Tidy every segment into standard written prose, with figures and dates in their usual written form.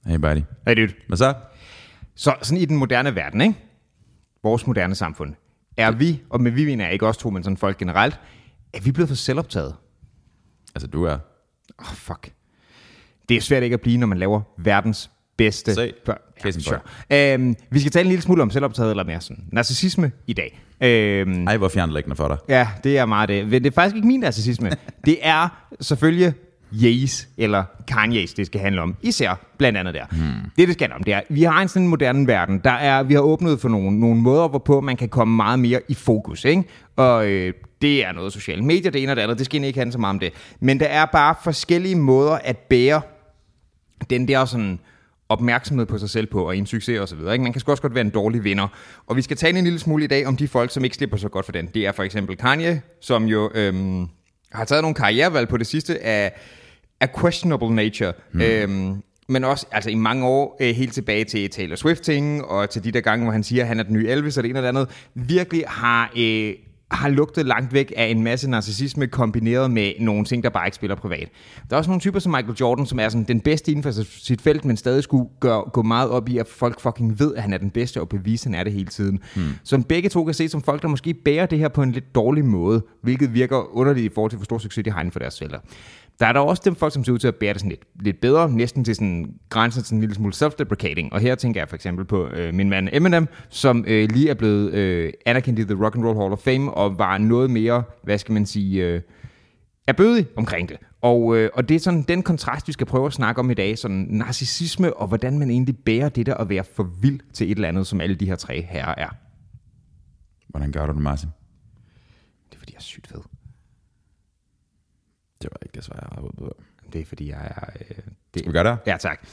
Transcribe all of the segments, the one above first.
Hey buddy. Hey dude. Hvad så? Så sådan i den moderne verden, ikke? Vores moderne samfund, er vi, og med vi mener ikke os to, men sådan folk generelt, er vi blevet for selvoptaget? Altså, du er... Fuck. Det er svært ikke at blive, når man laver verdens bedste... Vi skal tale en lille smule om selvoptaget, eller mere sådan narcissisme i dag. Ej, hvor fjernlæggende for dig. Ja, det er meget det. Men det er faktisk ikke min narcissisme. Det er selvfølgelig Ye's eller Kanye's, det skal handle om. Især blandt andet der. Det skal handle om, det er, vi har en sådan moderne verden, vi har åbnet for nogle måder, hvorpå man kan komme meget mere i fokus, ikke? Og det er noget sociale medier, det ene og det andet, det skal ikke handle så meget om det. Men der er bare forskellige måder at bære den der sådan opmærksomhed på sig selv på, og en succes og så videre, ikke? Man kan sgu også godt være en dårlig vinder. Og vi skal tale en lille smule i dag om de folk, som ikke slipper så godt for den. Det er for eksempel Kanye, som jo har taget nogle karrierevalg på det sidste af questionable nature. Men også altså i mange år helt tilbage til Taylor Swift-ting, og til de der gange, hvor han siger, at han er den nye Elvis og det ene og det andet, virkelig har lugtet langt væk af en masse narcissisme kombineret med nogle ting, der bare ikke spiller privat. Der er også nogle typer som Michael Jordan, som er sådan den bedste inden for sit felt, men stadig skulle gå meget op i, at folk fucking ved, at han er den bedste, og bevise, at han er det hele tiden. Så begge to kan se som folk, der måske bærer det her på en lidt dårlig måde, hvilket virker underligt i forhold til, hvor stor succes de har inden for deres fælder. Der er der også dem folk, som ser ud til at bære det sådan lidt bedre, næsten til sådan grænsen til en lille smule self-deprecating. Og her tænker jeg for eksempel på min mand Eminem, som lige er blevet anerkendt i The Rock and Roll Hall of Fame, og var noget mere, hvad skal man sige, erbødig omkring det. Og det er sådan den kontrast, vi skal prøve at snakke om i dag, sådan narcissisme, og hvordan man egentlig bærer det der at være for vild til et eller andet, som alle de her tre herrer er. Hvordan gør du det, Martin? Det er fordi, jeg er sygt fed. Det var ikke det svar, jeg har håbet på. Det er fordi, jeg er... Skal vi gøre det? Ja, tak.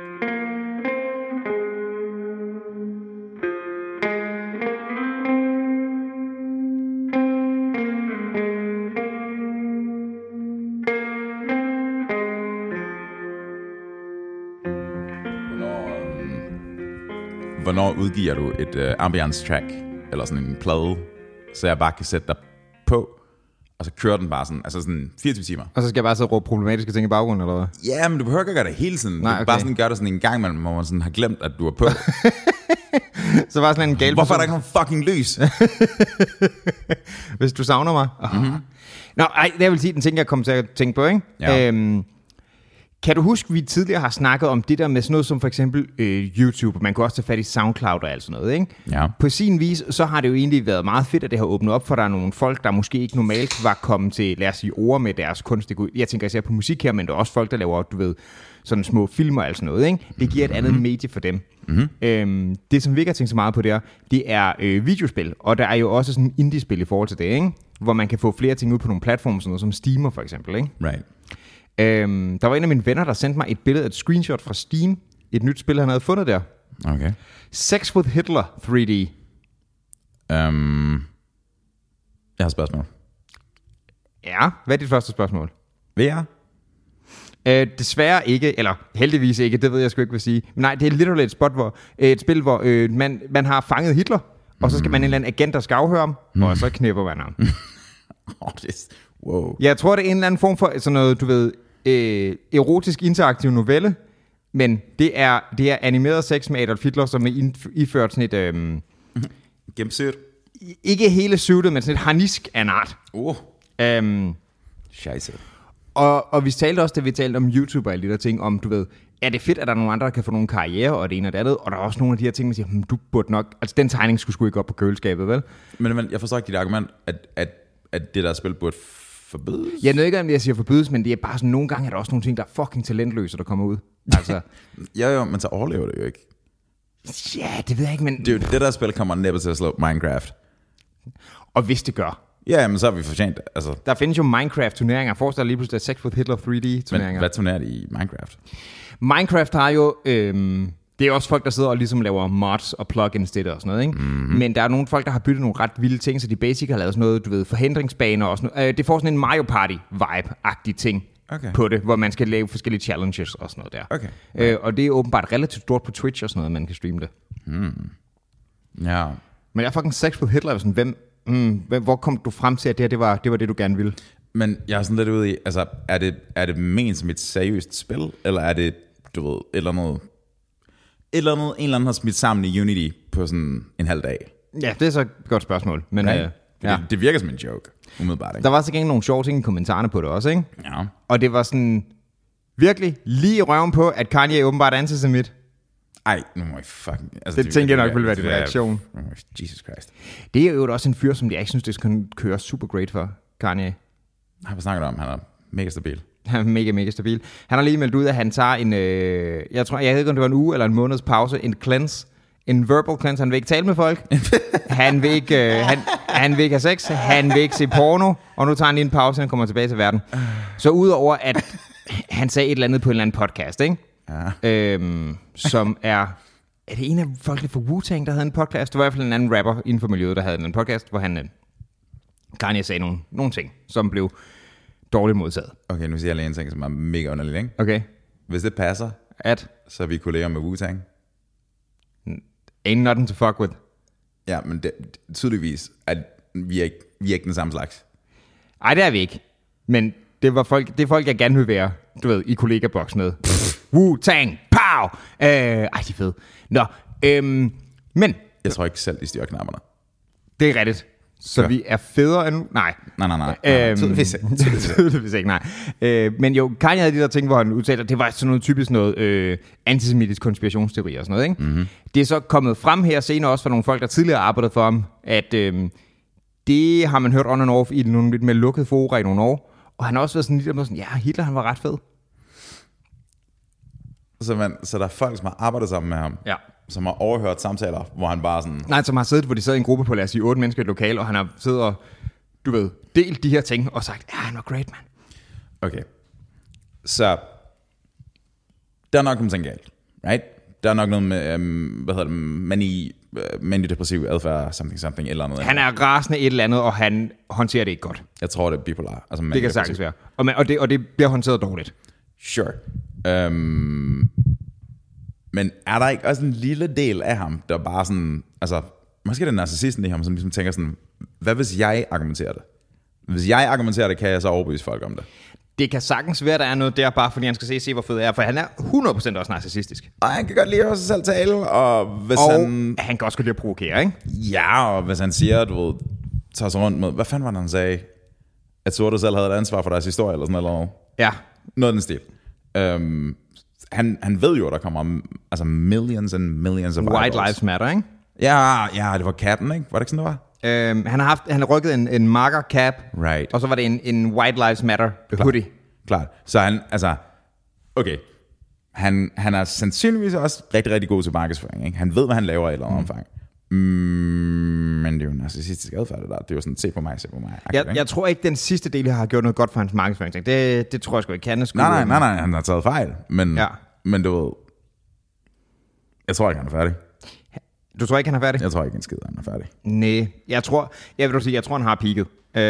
Hvornår udgiver du et ambiance track, eller sådan en plade, så jeg bare kan sætte dig på, og så kører den bare sådan, altså sådan 24 timer. Og så skal jeg bare så råbe problematiske ting i baggrunden, eller hvad? Ja, men du behøver ikke at gøre det hele tiden. Nej, okay. Du bare sådan gør det sådan en gang, hvor man sådan har glemt, at du er på. Så var sådan en gal. Hvorfor er der ikke nogen fucking lys? Hvis du savner mig. Nå, ej, det vil sige, den ting, jeg kom til at tænke på, ikke? Ja. Kan du huske, vi tidligere har snakket om det der med sådan noget som for eksempel YouTube, man kan også tage fat i SoundCloud og alt sådan noget, ikke? Ja. På sin vis, så har det jo egentlig været meget fedt, at det har åbnet op, for der er nogle folk, der måske ikke normalt var kommet til, lad os sige, ord med deres kunst. Jeg tænker især på musik her, men der er også folk, der laver, du ved, sådan små filmer og alt sådan noget, ikke? Det giver et andet medie for dem. Det, som vi ikke har tænkt så meget på det er videospil, og der er jo også sådan indie-spil i forhold til det, ikke? Hvor man kan få flere ting ud på nogle platforme, sådan noget som Steam for eksempel, ikke? Right. Der var en af mine venner, der sendte mig et billede, et screenshot fra Steam. Et nyt spil, han havde fundet der. Okay. Sex with Hitler 3D. Jeg har et spørgsmål. Ja, hvad er dit første spørgsmål? VR? Desværre ikke, eller heldigvis ikke, det ved jeg sgu ikke, hvad sige. Men nej, det er literally et spil, hvor man har fanget Hitler, og så skal man en eller anden agent, der skal afhøre ham, og så knipper man ham. Wow. Jeg tror, det er en eller anden form for sådan noget, du ved, erotisk interaktiv novelle, men det er animeret sex med Adolf Hitler, som er iført sådan et... Gennemsøgt? Ikke hele suitet, men sådan et harnisk af en art. Scheisse. Og vi talte også, da vi talte om YouTube og alle de der ting, om, du ved, er det fedt, at der er nogle andre, der kan få nogle karriere, og det ene og det andet, og der er også nogle af de her ting, man siger, du burde nok... Altså, den tegning skulle sgu ikke op på køleskabet, vel? Men jeg forstår ikke dit argument, at det der spil burde forbydes? Jeg ved ikke, om jeg siger forbydes, men det er bare sådan, nogle gange er der også nogle ting, der er fucking talentløse, der kommer ud. Altså... jo, men så overlever det jo ikke. Ja, det ved jeg ikke, men... Det der spil kommer næppe til at slå Minecraft. Og hvis det gør... Ja, men så har vi fortjent. Altså. Der findes jo Minecraft-turneringer. Forestil dig lige pludselig, Sex with Hitler 3D-turneringer. Men hvad turnerer de i Minecraft? Minecraft har jo... det er også folk, der sidder og ligesom laver mods og plugins til det og sådan noget, ikke? Men der er nogle folk, der har byttet nogle ret vilde ting, så de basic har lavet sådan noget, du ved, forhindringsbaner og sådan noget. Det får sådan en Mario Party-vibe-agtig ting på det, hvor man skal lave forskellige challenges og sådan noget der. Okay. Og det er åbenbart relativt stort på Twitch og sådan noget, man kan streame det. Ja. Men jeg er fucking Sex with Hitler, sådan, hvor kom du frem til, at det var det, du gerne ville? Men jeg er sådan lidt ude i, altså, er det ment som et seriøst spil, eller er det, du ved, eller noget eller andet, en eller anden har smidt sammen i Unity på sådan en halv dag. Ja, det er så et godt spørgsmål. Men, Right? Det virker som en joke, umiddelbart, ikke? Der var så gengæld nogle sjove ting i kommentarerne på det også, ikke? Ja. Og det var sådan virkelig lige i røven på, at Kanye åbenbart er antisemit. Ej, nu må I fucking... Altså, Det tænker jeg nok ville være din reaktion. Jesus Christ. Det er jo også en fyr, som jeg ikke synes, det skal køre super great for, Kanye. Har snakket om, han er mega stabil. Han er mega, mega stabil. Han har lige meldt ud, at han tager en... jeg ved ikke, om det var en uge eller en måneds pause. En cleanse. En verbal cleanse. Han vil ikke tale med folk. Han vil ikke, han vil ikke have sex. Han vil ikke se porno. Og nu tager han lige en pause, og han kommer tilbage til verden. Så udover at han sagde et eller andet på en eller anden podcast, ikke? Ja. Som er det en af folkene fra Wu-Tang, der havde en podcast? Det var i hvert fald en anden rapper inden for miljøet, der havde en podcast, hvor han Kanye sagde nogle ting, som blev dårligt modtaget. Okay, nu siger jeg lige en ting, som er mega underligt, ikke? Okay. Hvis det passer, så er vi kolleger med Wu-Tang. Ain't nothing to fuck with. Ja, men det, tydeligvis, at vi er ikke den samme slags. Ej, det er vi ikke. Men det er folk, jeg gerne vil være, du ved, i kollegaboks med. Wu-Tang, pow! Ej, de er fede. Nå, men... Jeg tror ikke selv, de styrer knapperne. Det er rigtigt. Så vi er federe end... Nej. Tydeligvis ikke, nej. Men jo, Kanye havde de der ting, hvor han udtalte, det var sådan noget typisk noget antisemitisk konspirationsteori og sådan noget, ikke? Mm-hmm. Det er så kommet frem her senere også fra nogle folk, der tidligere arbejdede for ham, at det har man hørt on and off i nogle lidt mere lukkede fora i nogle år. Og han har også været sådan, ja, Hitler, han var ret fed. Så der er folk, som har arbejdet sammen med ham, ja, som har overhørt samtaler, hvor han bare sådan... Nej, som har siddet, hvor de sad i en gruppe på, lad os sige, 8 mennesker i et lokale, og han har siddet og, du ved, delt de her ting, og sagt, ja, han var great, man. Okay. Så, der er nok nogle ting galt, right? Der er nok noget med, manidepressiv adfærd, something, eller andet. Han er rasende et eller andet, og han håndterer det ikke godt. Jeg tror, det er bipolar. Altså, det kan sagtens være. Og det bliver håndteret dårligt. Sure. Men er der ikke også en lille del af ham, der bare sådan, altså, måske er det narcissisten i ham, som ligesom tænker sådan, hvad hvis jeg argumenterer det? Hvis jeg argumenterer det, kan jeg så overbevise folk om det? Det kan sagtens være, der er noget der, bare fordi han skal se hvor fed jeg er, for han er 100% også narcissistisk. Og han kan godt lide at sig selv tale, og hvis han kan også godt lide at provokere, ikke? Ja, og hvis han siger, du ved, tager sig rundt med, hvad fanden var det, han sagde? At sorte selv havde et ansvar for deres historie, eller sådan noget. Ja. Noget af den stil. Han ved jo, at der kommer altså millions and millions of White Lives Matter, ikke? Ja, det var capen, ikke? Var det ikke sådan, det var? Han har rykket en marker cap, right. Og så var det en White Lives Matter hoodie. Klart. Så han, altså, okay. Han er sandsynligvis også rigtig, rigtig god til markedsføring, ikke? Han ved, hvad han laver i et eller andet omfang. Men det er jo en narcissistisk adfærd, det der. Det er jo sådan, se på mig. Jeg tror ikke, den sidste del har gjort noget godt for hans markedsføring. Det tror jeg sgu ikke. Nej, han har taget fejl. Men du ved, jeg tror ikke, han er færdig. Du tror ikke, han er færdig? Jeg tror ikke, en skid, han er færdig. Nej, jeg tror, han har peaked.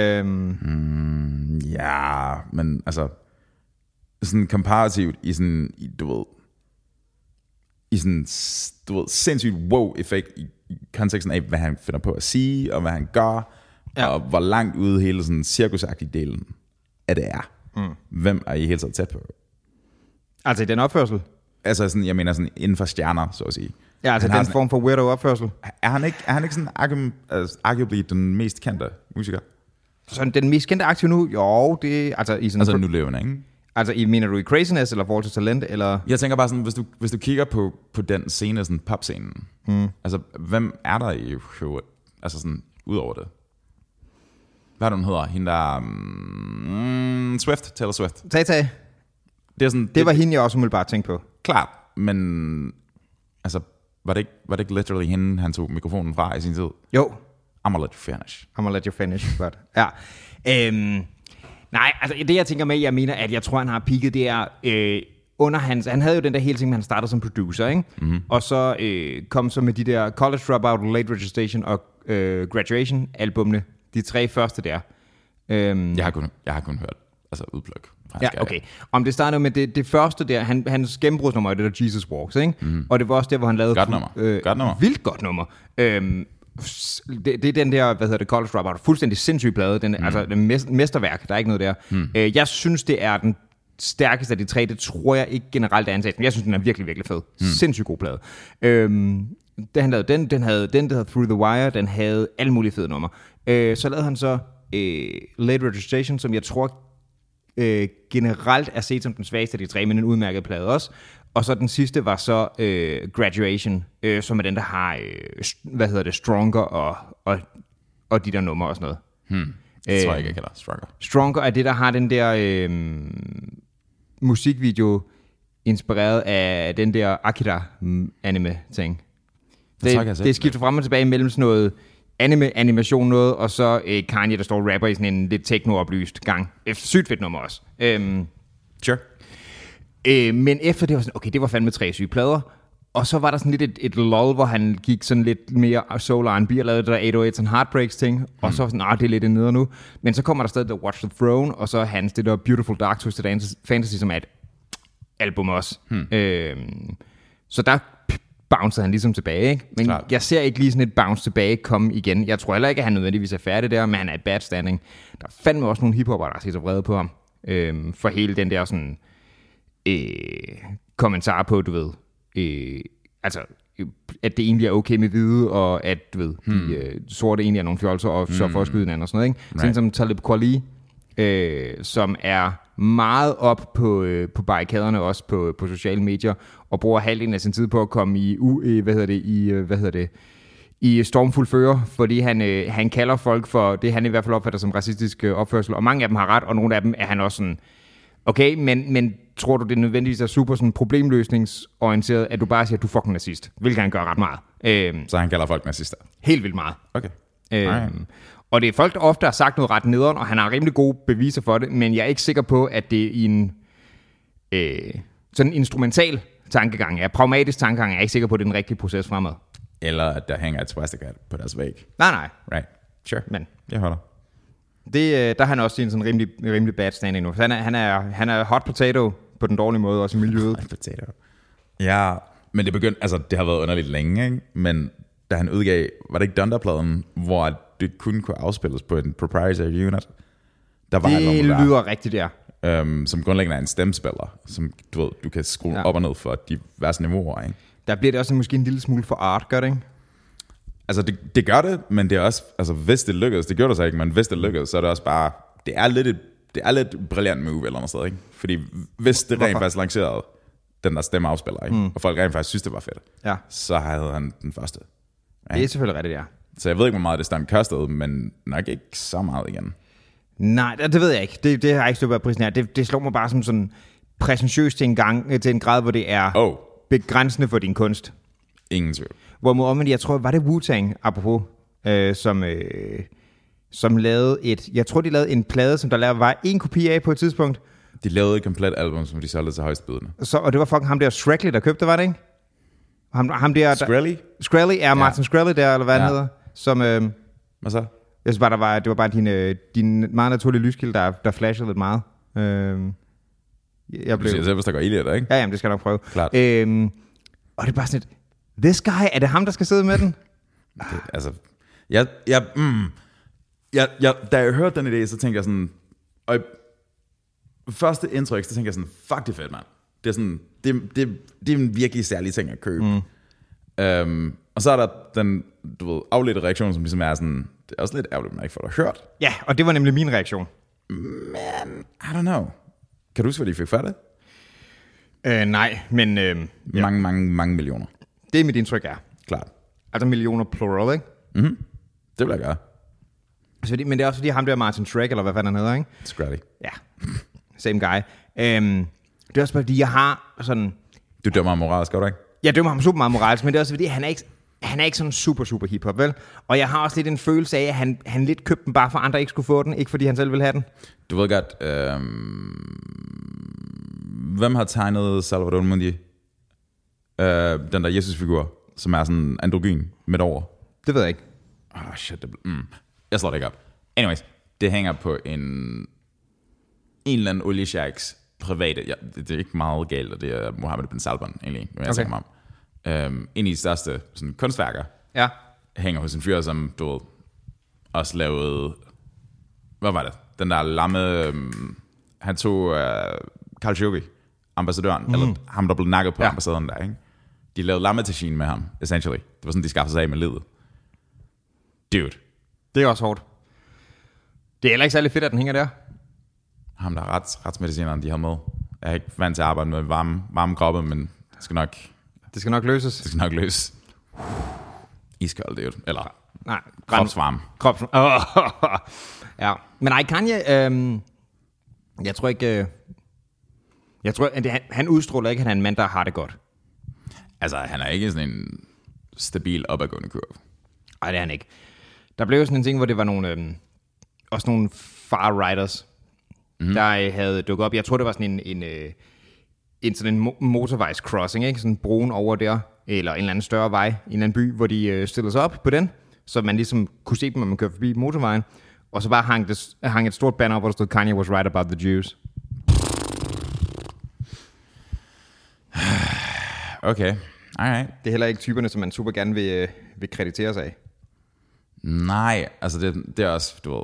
Ja, men altså, sådan komparativt i sådan, du ved, sindssygt wow-effekt i konteksten af, hvad han finder på at sige, og hvad han gør, og hvor langt ude hele sådan cirkusagtige delen af det er. Hvem er I helt så tæt på? Altså i den opførsel? Altså sådan, jeg mener sådan inden for stjerner, så at sige. Ja, altså den form for weirdo opførsel. Er han ikke sådan arguably den mest kendte musiker? Sådan den mest kendte aktiv nu? Jo, det altså i sådan... Altså nu levende, ikke? Altså mener du i craziness eller forhold til talent, eller? Jeg tænker bare sådan, hvis du kigger på den scene, sådan popscenen, altså hvem er der i showet? Altså sådan, udover det. Hvad er det, hun hedder? Hende der... Taylor Swift. Tata. Det var hende, jeg også umiddelbart tænkte på. Klart, men altså, var det ikke literally hende, han tog mikrofonen fra i sin tid? Jo. I'm gonna let you finish. But, ja. Nej, altså det jeg tænker med, jeg mener, at jeg tror, han har peaked, det er under hans... Han havde jo den der hele ting, han startede som producer, ikke? Mm-hmm. Og så kom så med de der College Dropout, Late Registration og Graduation-albumene. De 3 første der. Jeg har kun hørt altså udpluk. Ja, okay. Om det startede med det første der, hans gennembrudsnummer, det der Jesus Walks, ikke? Mm. Og det var også der, hvor han lavede... Godt nummer. Vildt godt nummer. Det er den der, College Dropout, fuldstændig sindssyg plade, altså den mesterværk, der er ikke noget der. Jeg synes, det er stærkeste af de tre. Det tror jeg ikke generelt er ansat. Men jeg synes, den er virkelig, virkelig fed. Sindssygt god plade. Da han lavede den havde den, der hedder Through the Wire. Den havde alle mulige fede numre. Så lavede han så Late Registration, som jeg tror generelt er set som den svageste af de tre, men en udmærket plade også. Og så den sidste var så Graduation, som er den, der har, Stronger og de der numre og sådan noget. Det tror jeg ikke, jeg kalder Stronger. Stronger er det, der har den der musikvideo inspireret af den der Akira-anime-ting. Det skifter frem og tilbage mellem sådan noget animation noget, og så Kanye, der står og rapper i sådan en lidt techno-oplyst gang. Sygt fedt nummer også. Sure. Men efter det var sådan, okay, det var fandme 3 syge plader. Og så var der sådan lidt et lull, hvor han gik sådan lidt mere soul R&B og lavede det der 808's and Heartbreaks ting. Og så var sådan, det er lidt nede nu. Men så kommer der stadig der Watch the Throne, og så hans det der Beautiful Dark Twisted Fantasy, som er et album også. Så der bouncede han ligesom tilbage, ikke? Men klart. Jeg ser ikke lige sådan et bounce tilbage komme igen. Jeg tror heller ikke, at han nødvendigvis er færdig der, men han er et bad standing. Der fandt mig også nogle hiphopper, der så vrede på ham. For hele den der sådan kommentar på, du ved, altså at det egentlig er okay med hvide, og at du ved, de sorte egentlig er nogle fjolser, og så for at skyde hinanden og sådan noget, ikke? Right. Sådan som Talib Kweli, som er meget op på barrikaderne også på sociale medier, og bruger halvdelen af sin tid på at komme i stormfuld fører, fordi han kalder folk for det, han i hvert fald opfatter som racistisk opførsel, og mange af dem har ret, og nogle af dem er han også sådan, okay, men tror du, det nødvendigvis er super sådan problemløsningsorienteret, at du bare siger, at du er fucking nazist, hvilket han gør ret meget. Så han kalder folk nazister? Helt vildt meget. Okay. Og det er folk, der ofte har sagt noget ret nederen, og han har rimelig gode beviser for det, men jeg er ikke sikker på, at det i en sådan instrumental tankegang, pragmatisk tankegang, er jeg ikke sikker på, at det er den rigtige proces fremad. Eller at der hænger et swastikat på deres væg. Nej. Right. Sure. Men jeg holder. Der er han også i en sådan rimelig bad standing nu. Han er hot potato på den dårlige måde, også i miljøet. Hot potato. Ja, men det begyndte, altså det har været underligt længe, ikke? Men da han udgav, var det ikke Donda-pladen, hvor det kun kunne afspilles på en proprietary unit? Der var det lyder rigtigt, ja. Som grundlæggende er en stemmespiller, som du ved, du kan skrue op og ned for diverse niveauer, ikke? Der bliver det også måske en lille smule for art, gør det ikke? Altså det gør det, men det er også, altså hvis det lykkedes, det gjorde det så ikke, men hvis det lykkedes, så er det også bare, det er lidt brilliant move eller noget sted, ikke? Fordi hvis det rent faktisk lancerede den der stemmeafspiller, ikke? Og folk rent faktisk synes, det var fedt, så havde han den første. Ikke? Det er selvfølgelig rigtigt, ja. Så jeg ved ikke, hvor meget det stand kostede, men nok ikke så meget igen. Nej, det ved jeg ikke. Det har jeg ikke stået på prisen her. Det slår mig bare som sådan præsentøst til en grad, hvor det er begrænsende for din kunst. Ingen tvivl. Hvor omvendt, jeg tror, var det Wu-Tang, apropos, som lavede jeg tror, de lavede en plade, som der var en kopi af på et tidspunkt. De lavede et komplet album, som de solgte til højstbydende. Og det var fucking ham der Shrekley, der købte, var det ikke? Ham der, Shkreli er Martin Shkreli der, eller hvad han hedder. Som, hvad så? Jeg synes bare, det var bare din meget naturlige lyskilde, der flashede lidt meget. Jeg blev... Du siger selv, hvis der går ild i det, ikke? Ja, jamen, det skal jeg nok prøve. Klart. Og det er bare sådan et, this guy, er det ham, der skal sidde med den? Da jeg hørte den idé, så tænkte jeg sådan, og første indtryk, så tænkte jeg sådan, fuck det fedt, mand. Det er sådan, det er en virkelig særlig ting at købe. Og så er der den, du ved, afledte reaktion, som ligesom er sådan, det er også lidt ærgerligt, man ikke får det hørt. Ja, og det var nemlig min reaktion. Men, I don't know. Kan du huske, hvad de fik for det? Nej, men... Mange millioner. Det er mit indtryk, ja. Klart. Altså millioner plural, ikke? Mhm. Det vil jeg gøre. Men det er også fordi ham der Martin Shrek, eller hvad fanden han hedder, ikke? Scratty. Ja, same guy. Det er også fordi, jeg har sådan... Du dømmer ham moralsk, gør du ikke? Jeg dømmer ham super meget moralsk, men det er også fordi, han er ikke sådan super hiphop, vel? Og jeg har også lidt en følelse af, at han lidt købte den, bare for andre ikke skulle få den, ikke fordi han selv ville have den. Du ved godt, hvem har tegnet Salvador Mundi? Den der Jesus-figur, som er sådan androgyn midt over. Det ved jeg ikke. Shit. Jeg slår det ikke op. Anyways, det hænger på en eller anden olieshacks private. Ja, det er ikke meget galt, og det er Mohammed bin Salman, egentlig, når jeg tænker mig om. En af de største sådan, kunstværker hænger hos en fyr, som du ved, også lavede... Hvad var det? Den der lamme... han tog Carl Schuby, ambassadøren, eller ham, der blev nakket på ambassaden der, ikke? De lavede lammetagine med ham, essentially. Det var sådan, de skaffede sig af med livet. Dude. Det er også hårdt. Det er heller ikke særlig fedt, at den hænger der. Ham, der er retsmedicineren, de har med. Jeg er ikke vant til at arbejde med varme kroppe, men det skal nok løses. Det skal nok løses. Iskold, det er jo. Eller nej, kropsvarme. Ja. Men nej, Kanye, jeg tror ikke... han udstråler ikke, at han er en mand, der har det godt. Altså, han er ikke sådan en stabil opadgående kurve. Nej, det er han ikke. Der blev jo sådan en ting, hvor det var nogle... også nogle far-riders, der havde dukket op. Jeg tror, det var sådan en sådan en motorvejs-crossing, ikke? Sådan en broen over der, eller en eller anden større vej, en eller anden by, hvor de stillede sig op på den, så man ligesom kunne se dem, når man kørte forbi motorvejen. Og så bare hang et stort banner op, hvor der stod, Kanye was right about the Jews. Okay, alright. Det er heller ikke typerne, som man super gerne vil kreditere sig af. Nej, altså det er også, du ved...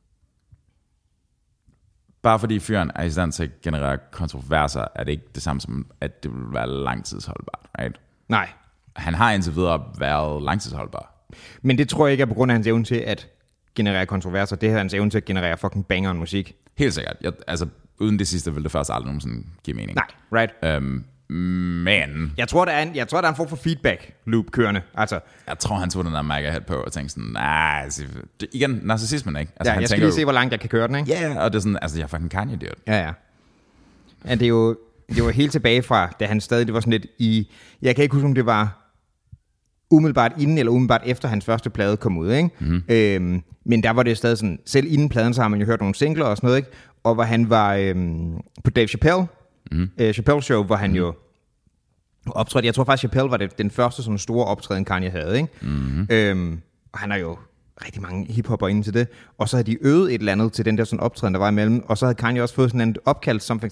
Bare fordi fyren er i stand til at generere kontroverser, er det ikke det samme som, at det vil være langtidsholdbart, right? Nej. Han har indtil videre været langtidsholdbar. Men det tror jeg ikke er på grund af hans evne til at generere kontroverser. Det er hans evne til at generere fucking bangeren musik. Helt sikkert. Altså, uden det sidste vil det først aldrig nogensinde give mening. Nej, right. Men... Jeg tror, der er en form for feedback loop kørende. Altså, jeg tror, han tog den der mega hat på og tænkte sådan, nej, altså, igen, narcissismen, ikke? Altså, ja, jeg skal lige se, hvor langt jeg kan køre den, ikke? Ja, og det er sådan, altså, jeg er fucking Kanye, dude. Ja. Ja, det var helt tilbage fra, da han stadig, det var sådan lidt i... Jeg kan ikke huske, om det var umiddelbart inden eller umiddelbart efter hans første plade kom ud, ikke? Mm-hmm. Men der var det stadig sådan, selv inden pladen, så har man jo hørt nogle singler og sådan noget, ikke? Og hvor han var på Dave Chappelle, Chappelle Show, hvor han jo optrådte. Jeg tror faktisk, Chappelle var den første sådan store optræden, Kanye havde, ikke? Mm-hmm. Og han har jo rigtig mange hiphopper inden til det. Og så havde de øvet et eller andet til den der sådan optræden, der var imellem. Og så havde Kanye også fået sådan en opkald, something.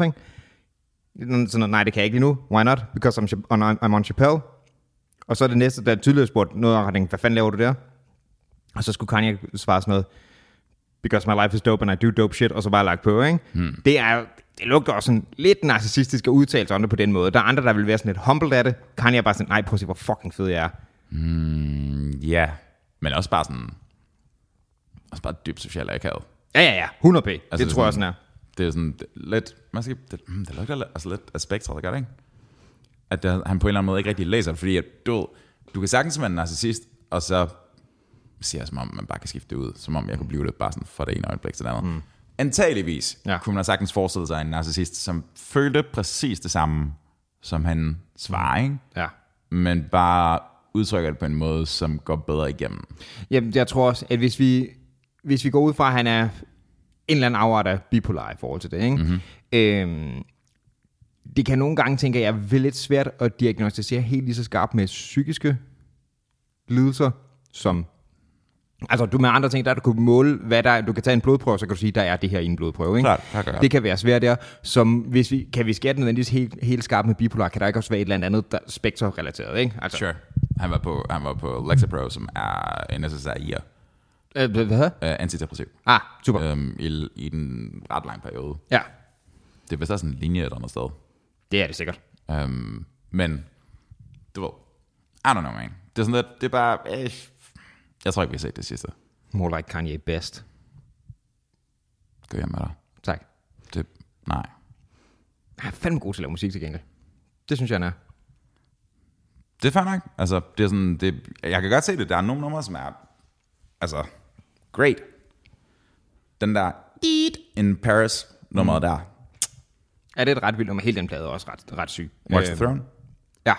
Sådan, nej, det kan jeg ikke lige nu. Why not? Because I'm on Chappelle. Og så er det næste, der tydeligere spurgt noget af retning, hvad fanden laver du der? Og så skulle Kanye svare sådan noget, because my life is dope, and I do dope shit, og så bare lagt på, ikke? Det lugter også sådan lidt narcissistiske udtalelser om det på den måde. Der er andre, der vil være sådan lidt humbled af det. Kanye er bare sådan, nej, prøv at se, hvor fucking fed jeg er. Ja, men også bare sådan, også bare dybt social akavet. Ja, 100p. Altså, det tror jeg sådan, sådan er. Det er sådan lidt, det lugter altså lidt af spektret, der gør det, ikke? At han på en eller anden måde ikke rigtig læser det, fordi at du kan sagtens være en narcissist, og så siger jeg, som om man bare kan skifte det ud, som om jeg kunne blive det bare sådan fra det ene øjeblik til det andet. Antageligvis kunne man sagtens forestille sig en narcissist, som følte præcis det samme, som han svarer, ikke? Ja. Men bare udtrykker det på en måde, som går bedre igennem. Jamen, jeg tror også, at hvis vi går ud fra, at han er en eller anden afart af bipolar i forhold til det, ikke? Det kan nogle gange, tænker jeg, er lidt svært at diagnostisere helt lige så skarpt med psykiske lidelser, som... Altså, du med andre ting, der du kan måle, hvad der er. Du kan tage en blodprøve, så kan du sige, der er det her i en blodprøve, ikke? Klar. Det kan være svært der. Som kan vi skære den nødvendigvis helt skarpt med bipolar, kan der ikke også være et eller andet der spekterrelateret, ikke? Altså. Sure. Han var på Lexapro, som er en SSRI'er. Hvad? Antidepressiv. Super. I den ret lang periode. Ja. Det er vist også en linje et eller andet sted. Det er det sikkert. Men, du ved, I don't know, man. Det er sådan lidt, det er bare... Jeg tror ikke, vi har set det sidste. More like Kanye best. Gå hjem med dig. Tak. Nej. Han er fandme god til at lave musik til gengæld. Det synes jeg, han er. Det er fair nok. Altså, det er sådan, jeg kan godt se det. Der er nogle numre, som er... Altså, great. Den der Eat in Paris nummeret der. Ja, det er et ret vildt nummer. Hele den plade er også ret syg. Watch the Throne? Ja.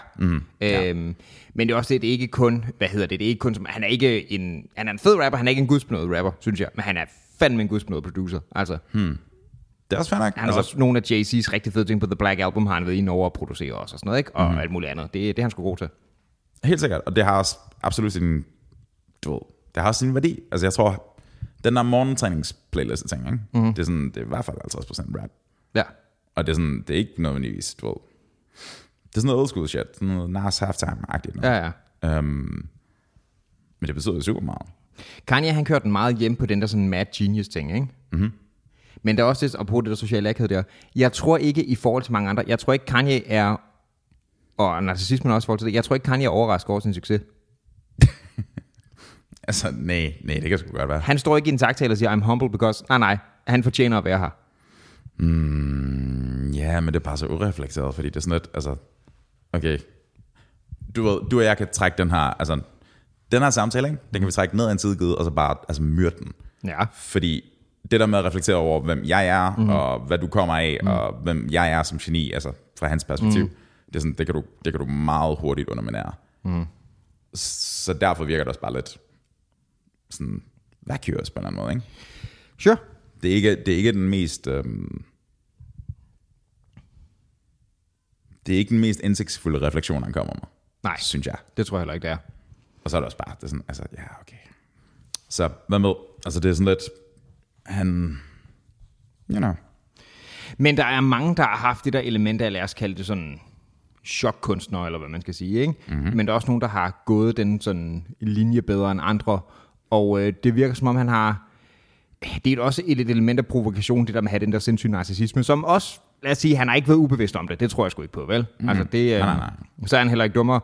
Men det er også det er ikke kun, det er ikke kun som, han er en fed rapper, han er ikke en gudsbenået rapper, synes jeg, men han er fandme en gudsbenået producer, altså. Det er også fair nok. Han har også nogle af Jay-Z's rigtig fede ting på The Black Album, har han været inde over at producere også, og sådan noget, ikke? Og alt muligt andet. Det er han sgu god til. Helt sikkert, og det har også absolut sin, det har også sin værdi. Altså jeg tror, den der morgentræningsplaylist ting, ikke? Det er sådan, det er i hvert fald 50% rap. Ja. Og det er sådan, det er ikke nødvendigvis, det er sådan noget old school shit, sådan noget Nas halftime-agtigt. Ja. Men det betyder jo super meget. Kanye, han kørte den meget hjem på den der sådan mad genius ting, ikke? Men der er også det, at på det der sociale akhed der. Jeg tror ikke i forhold til mange andre, jeg tror ikke Kanye er, og narcissismen også i forhold til det, jeg tror ikke Kanye er overrasket over sin succes. Altså, nej, det kan sgu godt være. Han står ikke i en taktale og siger, I'm humble because, nej, han fortjener at være her. Ja, men det er bare så ureflekteret, fordi det er sådan lidt, altså, okay, du og jeg kan trække den her, altså, den her samtale, ikke? Den kan vi trække ned ad en sidegade, og så bare, altså, myrde den. Ja. Fordi det der med at reflektere over, hvem jeg er, og hvad du kommer af, og hvem jeg er som geni, altså, fra hans perspektiv, det er sådan, det kan du meget hurtigt underminere. Så derfor virker det også bare lidt sådan vacuous på en eller anden måde, ikke? Sure. Det er ikke den mest det er ikke den mest indsigtsfulde refleksion, han kommer med. Nej, synes jeg. Det tror jeg heller ikke, det er. Og så er det også bare, det er sådan, altså, ja, okay. Så, hvad med, altså det er sådan lidt, han, you know. Men der er mange, der har haft det der element af, lad os kalde det sådan, chokkunstner, eller hvad man skal sige, ikke? Mm-hmm. Men der er også nogen, der har gået den sådan linje bedre end andre, og det virker som om, han har, det er også et element af provokation, det der med at have den der sindssyge narcissisme, som også, lad os sige, han har ikke været ubevidst om det tror jeg sgu ikke på, vel? Mm-hmm. Altså det, nej. Så er han heller ikke dummere,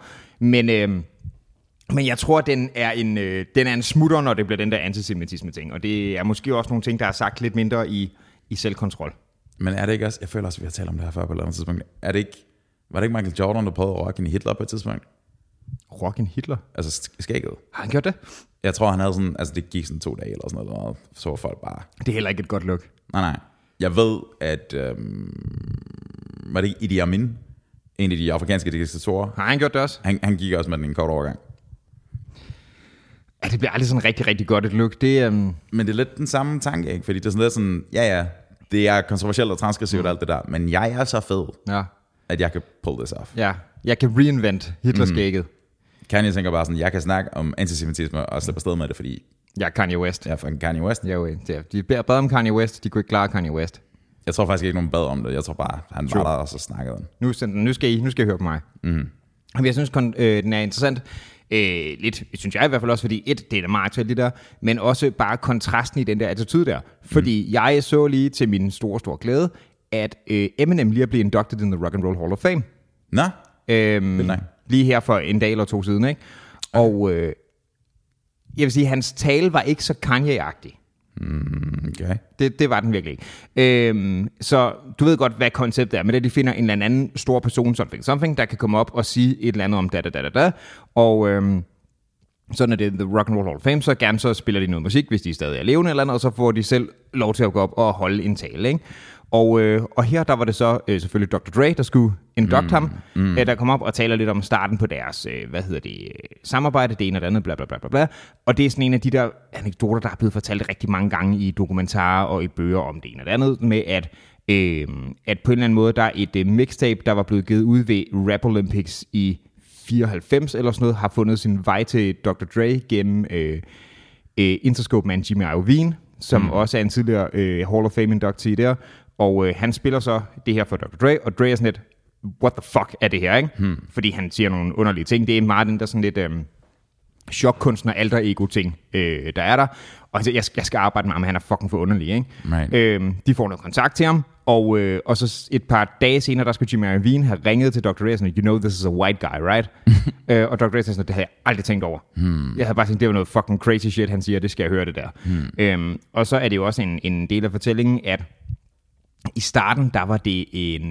men jeg tror, den er en smutter, når det bliver den der antisemitisme ting, og det er måske også nogle ting, der er sagt lidt mindre i selvkontrol. Men er det ikke også, jeg føler også, vi har talt om det her før på et eller andet tidspunkt, var det ikke Michael Jordan, der prøvede at rocke en Hitler på et tidspunkt? Rocke en Hitler? Altså skægget. Har han gjort det? Jeg tror, han havde sådan, altså det gik sådan 2 dage eller sådan noget, så var folk bare... Det er heller ikke et godt look. Nej. Jeg ved, at, var det ikke Idi Amin, en af de afrikanske diktatorer? Har han gjort det også? Han gik også med den en kort overgang. Ja, det bliver aldrig sådan rigtig, rigtig godt et look. Det, Men det er lidt den samme tanke, ikke? Fordi det er sådan lidt sådan, ja, det er kontroversielt og transgressivt og alt det der, men jeg er så fed, at jeg kan pull this off. Ja, jeg kan reinvent Hitler-skægget. Kanye tænker bare sådan, jeg kan snakke om antisemitisme og slippe afsted med det, fordi... Jeg er Kanye West. Jeg er fucking Kanye West. Jo, de bad om Kanye West, de kunne ikke klare Kanye West. Jeg tror faktisk ikke, nogen bad om det. Jeg tror bare, han var der, og så snakkede han. Nu skal I høre på mig. Jeg synes, den er interessant. Lidt, synes jeg i hvert fald også, fordi det er meget aktuelt det der, men også bare kontrasten i den der attitude der. Fordi jeg så lige til min store glæde, at Eminem lige er blevet inducted in the Rock and Roll Hall of Fame. Nå? Lige her for en dag eller 2 siden, ikke? Og jeg vil sige, hans tale var ikke så Kanye-agtig. Okay. Det var den virkelig ikke. Så du ved godt, hvad konceptet er, men det de finder en eller anden stor person, something, der kan komme op og sige et eller andet om da. Og sådan er det The Rock and Roll Hall of Fame, så gerne så spiller de noget musik, hvis de stadig er levende eller andet, og så får de selv lov til at gå op og holde en tale, ikke? Og her der var det så selvfølgelig Dr. Dre, der skulle induct ham, der kom op og taler lidt om starten på deres, samarbejde, det ene og det andet, bla bla bla bla bla. Og det er sådan en af de der anekdoter, der er blevet fortalt rigtig mange gange i dokumentarer og i bøger om det ene og det andet, med at på en eller anden måde, der er et mixtape, der var blevet givet ud ved Rap Olympics i 94 eller sådan noget, har fundet sin vej til Dr. Dre gennem Interscope-man Jimmy Iovine, som også er en tidligere Hall of Fame inductee der. Og han spiller så det her for Dr. Dre, og Dre er sådan lidt, what the fuck er det her, ikke? Fordi han siger nogle underlige ting. Det er meget den der sådan lidt chokkunstner, alter ego ting, der er der. Og jeg skal arbejde med ham, han er fucking for underlig, ikke? Right. De får noget kontakt til ham, og så et par dage senere, der skulle Jimmy Iovine have ringet til Dr. Dre og sådan, you know this is a white guy, right? Og Dr. Dre sagde sådan, det havde jeg aldrig tænkt over. Jeg havde bare tænkt, det var noget fucking crazy shit, han siger, det skal jeg høre det der. Og så er det jo også en del af fortællingen, at i starten, der var det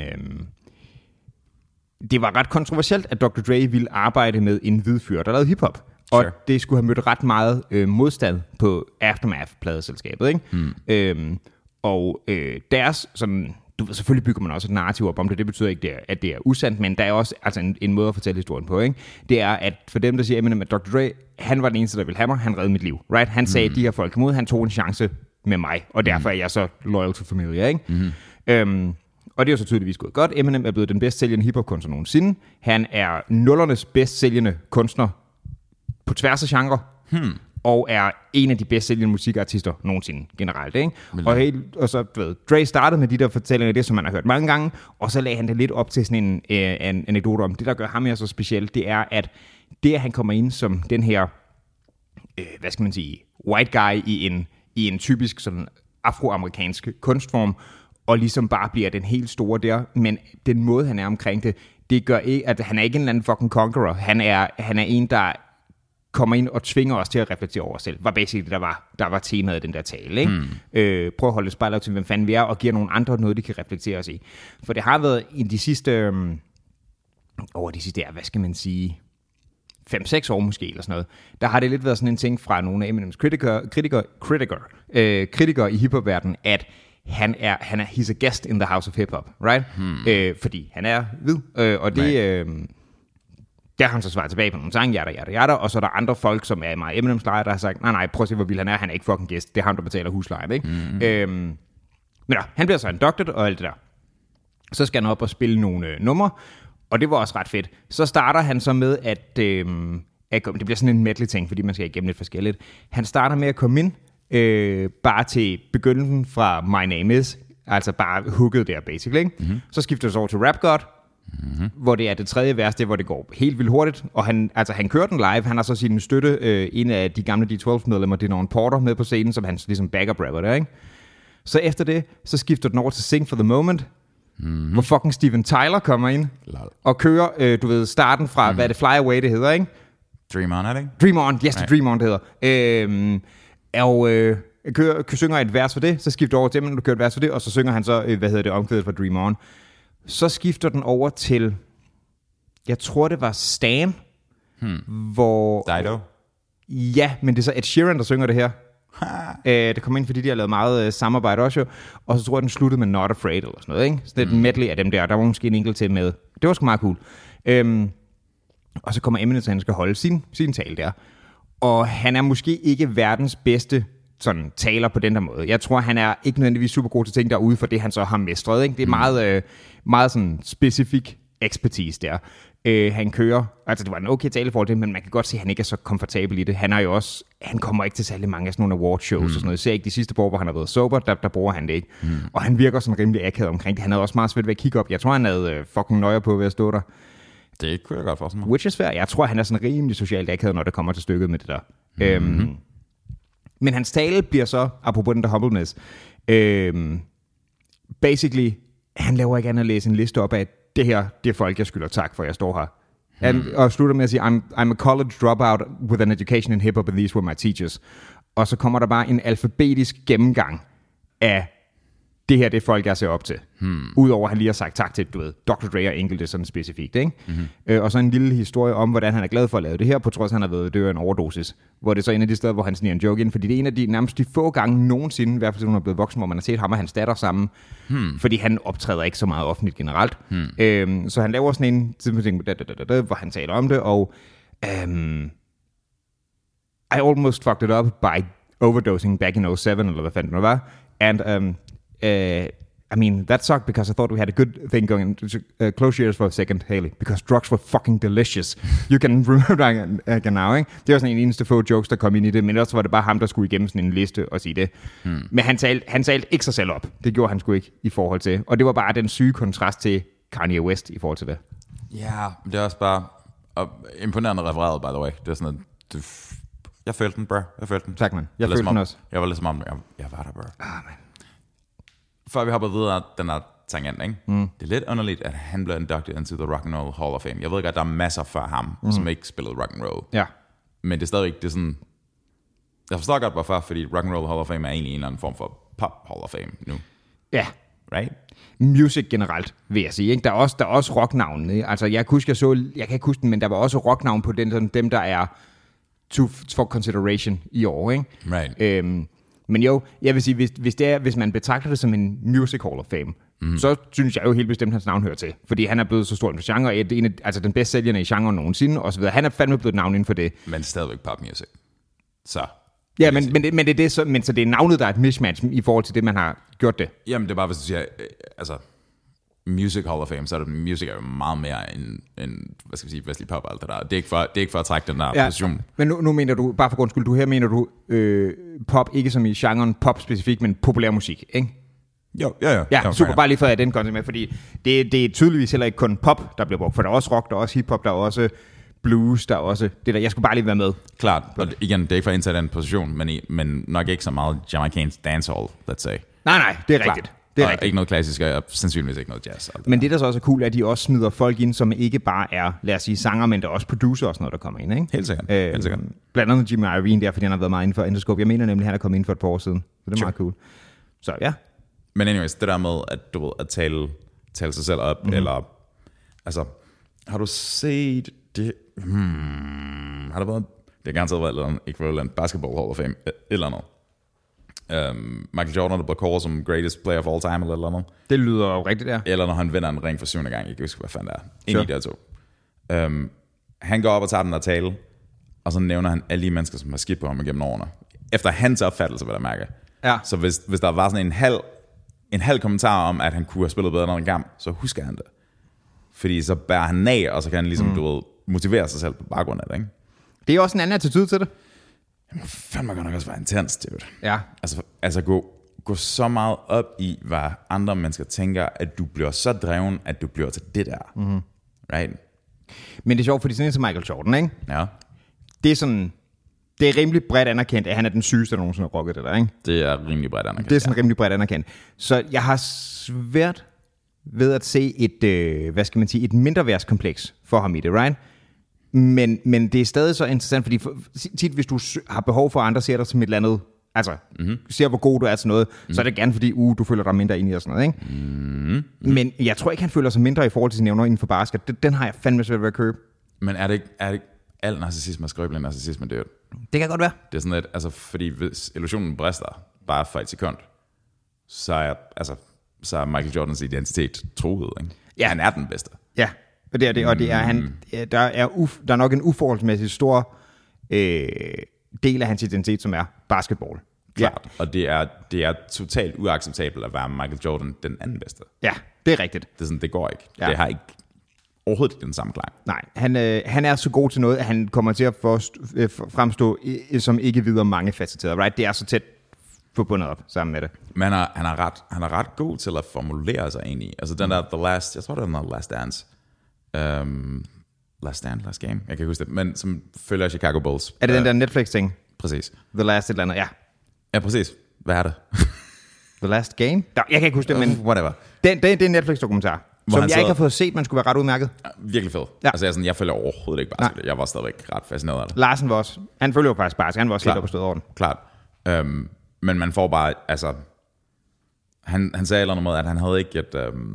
det var ret kontroversielt, at Dr. Dre ville arbejde med en hvid fyr, der lavede hiphop. Og det skulle have mødt ret meget modstand på Aftermath-pladeselskabet, ikke? Deres sådan, selvfølgelig bygger man også et narrativ op om det. Det betyder ikke, at det er usandt, men der er også altså en måde at fortælle historien på, ikke? Det er, at for dem, der siger Eminem, at Dr. Dre, han var den eneste, der ville have mig, han reddede mit liv, right? Han sagde, de her folk imod, han tog en chance med mig, og derfor er jeg så loyal to familia, ikke? Og det er jo så tydeligvis gået godt. Eminem er blevet den bedst sælgende hiphop-kunstner nogensinde. Han er nullernes bedst sælgende kunstner på tværs af genre, og er en af de bedst sælgende musikartister nogensinde generelt, ikke? Og så, Dre startede med de der fortællinger, det som man har hørt mange gange, og så lagde han det lidt op til sådan en anekdote om, det der gør ham her så specielt, det er, at han kommer ind som den her, hvad skal man sige, white guy i en typisk sådan afroamerikansk kunstform, og ligesom bare bliver den helt store der. Men den måde, han er omkring det gør ikke, at han er ikke en eller anden fucking conqueror. Han er en, der kommer ind og tvinger os til at reflektere over os selv. Var basically der var temaet i den der tale. Ikke? Prøv at holde spejlet til, hvem fanden vi er, og giver nogle andre noget, de kan reflektere os i. For det har været i de sidste, hvad skal man sige, 5-6 år måske, eller sådan noget, der har det lidt været sådan en ting fra nogle af Eminems kritikere i hiphop-verdenen, at he's a guest in the house of hip-hop, right? Fordi han er hvid, og det... Der har han så svaret tilbage på nogle sange, jada, og så er der andre folk, som er meget Eminems lejer, der har sagt, nej, prøv at se, hvor vild han er ikke fucking gæst, det er ham, der betaler huslejen, ikke? Men ja, han bliver så inducted og alt det der. Så skal han op og spille nogle numre, og det var også ret fedt. Så starter han så med, at det bliver sådan en medley-ting, fordi man skal igennem lidt forskelligt. Han starter med at komme ind, bare til begyndelsen fra My Name Is, altså bare hooket der, basically, ikke? Så skifter det så over til Rap God, hvor det er det tredje vers, det hvor det går helt vildt hurtigt, og han kører den live. Han har så sin støtte, en af de gamle D12-medlemmer, Denon Porter, med på scenen, som han ligesom backup rapper der, ikke? Så efter det, så skifter den over til Sing for the Moment, hvor fucking Steven Tyler kommer ind og kører, du ved, starten fra, hvad er det, Fly Away, det hedder, ikke? Dream On, er det ikke? Dream On, yes, det Dream On, det hedder. Synger et vers for det, så skifter over til dem, du kører et vers for det, og så synger han så, omkvædet for Dream On. Så skifter den over til, jeg tror det var Stam, hvor... Dido? Ja, men det er så Ed Sheeran, der synger det her. Det kom ind, fordi de har lavet meget samarbejde også, og så tror jeg, den sluttede med Not Afraid, eller sådan noget, ikke? Så det er et medley af dem der var måske en enkelt til med. Det var sgu meget cool. Og så kommer Eminem, så han skal holde sin tale der. Og han er måske ikke verdens bedste sådan taler på den der måde. Jeg tror, han er ikke nødvendigvis super god til ting derude, for det han så har mestret, ikke? Det er meget, meget sådan specifik expertise der. Han kører, altså det var en okay tale for det, men man kan godt se, at han ikke er så komfortabel i det. Han kommer ikke til særlig mange af sådan nogle award shows og sådan noget. Ser ikke de sidste år, hvor han har været sober, der bruger han det ikke. Og han virker sådan rimelig akavet omkring det. Han havde også meget svært ved at kigge op. Jeg tror, han havde fucking nøje på ved at stå der. Det kunne jeg godt forstå mig. Which is fair. Jeg tror, han er sådan rimelig socialt akavet, når det kommer til stykket med det der. Men hans tale bliver så, apropos den der humbleness, basically, han laver ikke andet at læse en liste op af, det her, det er folk, jeg skylder tak for, at jeg står her. Og slutter med at sige, I'm a college dropout with an education in hip-hop, and these were my teachers. Og så kommer der bare en alfabetisk gennemgang af, det her, det er folk, jeg ser op til. Udover at han lige har sagt tak til, du ved, Dr. Dre og enkelte sådan specifikt, ikke? Og så en lille historie om, hvordan han er glad for at lave det her, på trods af, han har været død af en overdosis. Hvor det er så en af de steder, hvor han sniger en joke ind, fordi det er en af de nærmest de få gange nogensinde, i hvert fald siden hun er blevet voksen, hvor man har set ham og hans datter sammen, fordi han optræder ikke så meget offentligt generelt. Så han laver sådan en, hvor han taler om det, og I almost fucked it up by overdosing back in 07, eller hvad fanden det var, and I mean, that sucked because I thought we had a good thing going. Close your ears for a second, Haley, because drugs were fucking delicious. You can remember that again now, ikke? Det var sådan en eneste få jokes, der kom ind i det, men også var det bare ham, der skulle igennem sådan en liste og sige det. Men han talte ikke sig selv op. Det gjorde han sgu ikke i forhold til. Og det var bare den syge kontrast til Kanye West i forhold til det. Ja, det er også bare imponerende refereret, by the way. Det er sådan jeg følte den, bro. Jeg følte den. Tak, man. Jeg følte den også. Jeg var lidt som om, jeg var der, bro. Før vi hopper videre, den her tangent, ikke? Det er lidt underligt, at han blev inducted into the Rock and Roll Hall of Fame. Jeg ved godt, der er masser før ham, som ikke spillede rock and roll. Ja. Men det er stadigvæk, det er sådan... Jeg forstår godt, hvorfor, fordi Rock and Roll Hall of Fame er egentlig en eller anden form for pop Hall of Fame nu. Ja. Right? Music generelt, vil jeg sige. Ikke? Der er også rocknavne. Altså, jeg kan ikke huske den, men der var også rocknavn på dem, der er for consideration i år, ikke? Right. Men jo, jeg vil sige, hvis man betragter det som en music hall of fame, så synes jeg jo helt bestemt, hans navn hører til. Fordi han er blevet så stor en genre, altså den bedst sælgende i genren nogensinde, og så videre. Han er fandme blevet navn inden for det. Men stadigvæk pop music. Så. Ja, men det er det, så det er navnet, der er et mismatch i forhold til det, man har gjort det. Jamen, det er bare, hvis du siger, altså, Music Hall of Fame, så er det music er jo meget mere end hvad skal vi sige, vestlig pop og alt det der. Det er ikke for at trække den der position. Men nu mener du, bare for grundskyld, mener du pop, ikke som i genren pop specifikt, men populær musik, ikke? Jo. Ja, super, bare lige for at den koncept med, fordi det er tydeligvis heller ikke kun pop, der bliver brugt, for der er også rock, der er også hiphop, der er også blues, der også, det der, jeg skulle bare lige være med. Klart, og igen, det er ikke for at indtage den position, men nok ikke så meget Jamaicansk dancehall, let's say. Nej, det er rigtigt. Det er rigtigt. Ikke noget klassisk, og sandsynligvis ikke noget jazz. Men det, der så også er cool, er, at de også smider folk ind, som ikke bare er, lad os sige, sanger, men der er også producer og sådan noget, der kommer ind, ikke? Helt sikkert. Blandt andet Jimmy Iovine der, fordi han har været meget inden for Interscope. Jeg mener nemlig, han er kommet ind for et par år siden. Så det er meget cool. Så ja. Men anyways, det der med, at du ved, at tale sig selv op, eller, altså, har du set det, har der været, det har garanteret været eller ikke for et basketball Hall of Fame, eller noget. Michael Jordan, der bliver kåret som greatest player of all time, eller noget. Det lyder jo rigtigt, der. Eller når han vinder en ring for 7. gang, jeg kan huske, hvad fanden det er. En i der to. Han går op og tager den der tale, og så nævner han alle de mennesker, som har skidt på ham igennem årene. Efter hans opfattelse, vil jeg mærke. Ja. Så hvis der var sådan en halv kommentar om, at han kunne have spillet bedre end kamp, så husker han det. Fordi så bærer han af, og så kan han ligesom, du ved, motivere sig selv på baggrund af det, ikke? Det er også en anden attitude til det. Det må fandme godt nok også være intens, dude. Ja. Altså gå så meget op i, hvad andre mennesker tænker, at du bliver så dreven, at du bliver til det der. Mm-hmm. Right? Men det er sjovt, fordi sådan en som Michael Jordan, ikke? Ja. Det er sådan, det er rimelig bredt anerkendt, at han er den sygeste, der nogensinde har rocket det der, ikke? Det er rimelig bredt anerkendt. Det er sådan rimelig bredt anerkendt. Så jeg har svært ved at se et mindreværdskompleks for ham i det, right? Men det er stadig så interessant, fordi tit, hvis du har behov for, at andre ser dig som et eller andet, altså, ser hvor god du er til noget, så er det gerne fordi, du føler dig mindre ind i og sådan noget, ikke? Men jeg tror ikke, han føler sig mindre i forhold til sine evner inden for basket. Den har jeg fandme svært ved at købe. Men er det ikke al narcissisme og skrøbelig narcissisme, det er jo? Det kan godt være. Det er sådan lidt, altså, fordi hvis illusionen brister bare for et sekund, så er Michael Jordans identitet truet, ikke? Ja. Han er den bedste. Ja, og det er han. Der er nok en uforholdsmæssigt stor del af hans identitet, som er basketball. Klart, ja. Og det er totalt uacceptabelt at være Michael Jordan den anden bedste. Ja, det er rigtigt. Det er sådan, det går ikke. Ja. Det har ikke overhovedet den samme klang. Nej, han er så god til noget, at han kommer til at fremstå som ikke videre mange facetteret. Right? Det er så tæt forbundet op sammen med det. Men han er ret god til at formulere sig ind i. Altså den der jeg tror det er Last Dance. Last Game. Jeg kan ikke huske det, men som følger Chicago Bulls. Er det den der Netflix-ting? Præcis. The Last et eller andet, ja. Ja, præcis. Hvad er det? The Last Game? Jeg kan ikke huske det, men whatever. Det er en Netflix-dokumentar, som jeg ikke har fået set, man skulle være ret udmærket. Virkelig fed. Ja. Altså jeg følger overhovedet ikke basket. Jeg var stadigvæk ret fascineret af det. Larsen var også. Han følger jo faktisk basket. Han var også helt oppe på stød over den. Klart. Men man får bare, altså, han sagde eller noget med, at han havde ikke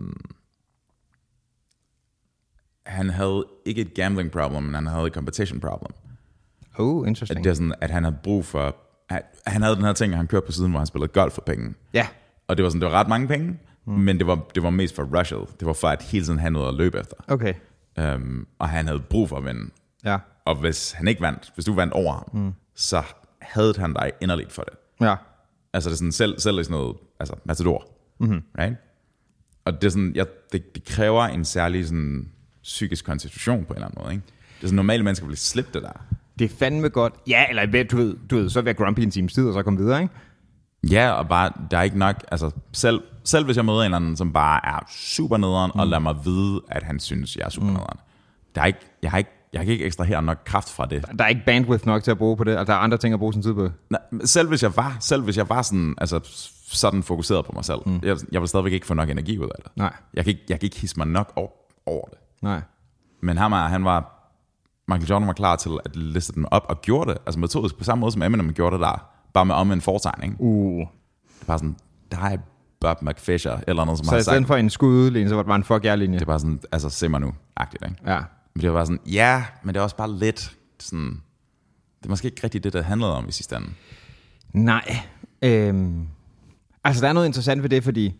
han havde ikke et gambling problem, men han havde et competition problem. Interesting. Det er sådan, at han havde brug for, han havde den her ting, han kørte på siden, hvor han spillede golf for penge. Ja. Og det var sådan, det var ret mange penge, men det var mest for rushet. Det var for, at hele tiden han noget at løbe efter. Okay. Og han havde brug for at vinde. Ja. Og hvis han ikke vandt, hvis du vandt over ham, så havde han dig inderligt for det. Ja. Altså det er sådan, selv i sådan noget, altså matador. Right? Og det er sådan, det kræver en særlig sådan psykisk konstitution på en eller anden måde, ikke? Det er sådan, normale mennesker vil slippe det der. Det er fandme godt. Ja, eller du ved, så være grumpy en times tid, og så komme videre, ikke? Ja, og bare, der er ikke nok, altså selv hvis jeg møder en eller anden, som bare er super nederen, og lader mig vide, at han synes, jeg er super nederen. Jeg kan ikke ekstrahere nok kraft fra det. Der er ikke bandwidth nok til at bruge på det, og der er andre ting at bruge sin tid på. Nej, selv hvis jeg var sådan, altså sådan fokuseret på mig selv, jeg vil stadigvæk ikke få nok energi ud af det. Nej. Jeg kan ikke hisse mig nok over det. Nej. Men Michael Jordan var klar til at liste dem op og gjorde det, altså metodisk på samme måde som Eminem gjorde det der, bare med omvendt fortegning. Det er bare sådan, der er Bob McFisher eller noget, som så har sagt. Så i stedet for en skudlinje, så var det bare en fuck jer-linje. Det er bare sådan, altså se mig nu-agtigt, ikke? Ja. Men det var bare sådan, ja, men det er også bare lidt sådan, det er måske ikke rigtigt det, der handlede om i sidste ende. Nej. Altså der er noget interessant ved det, fordi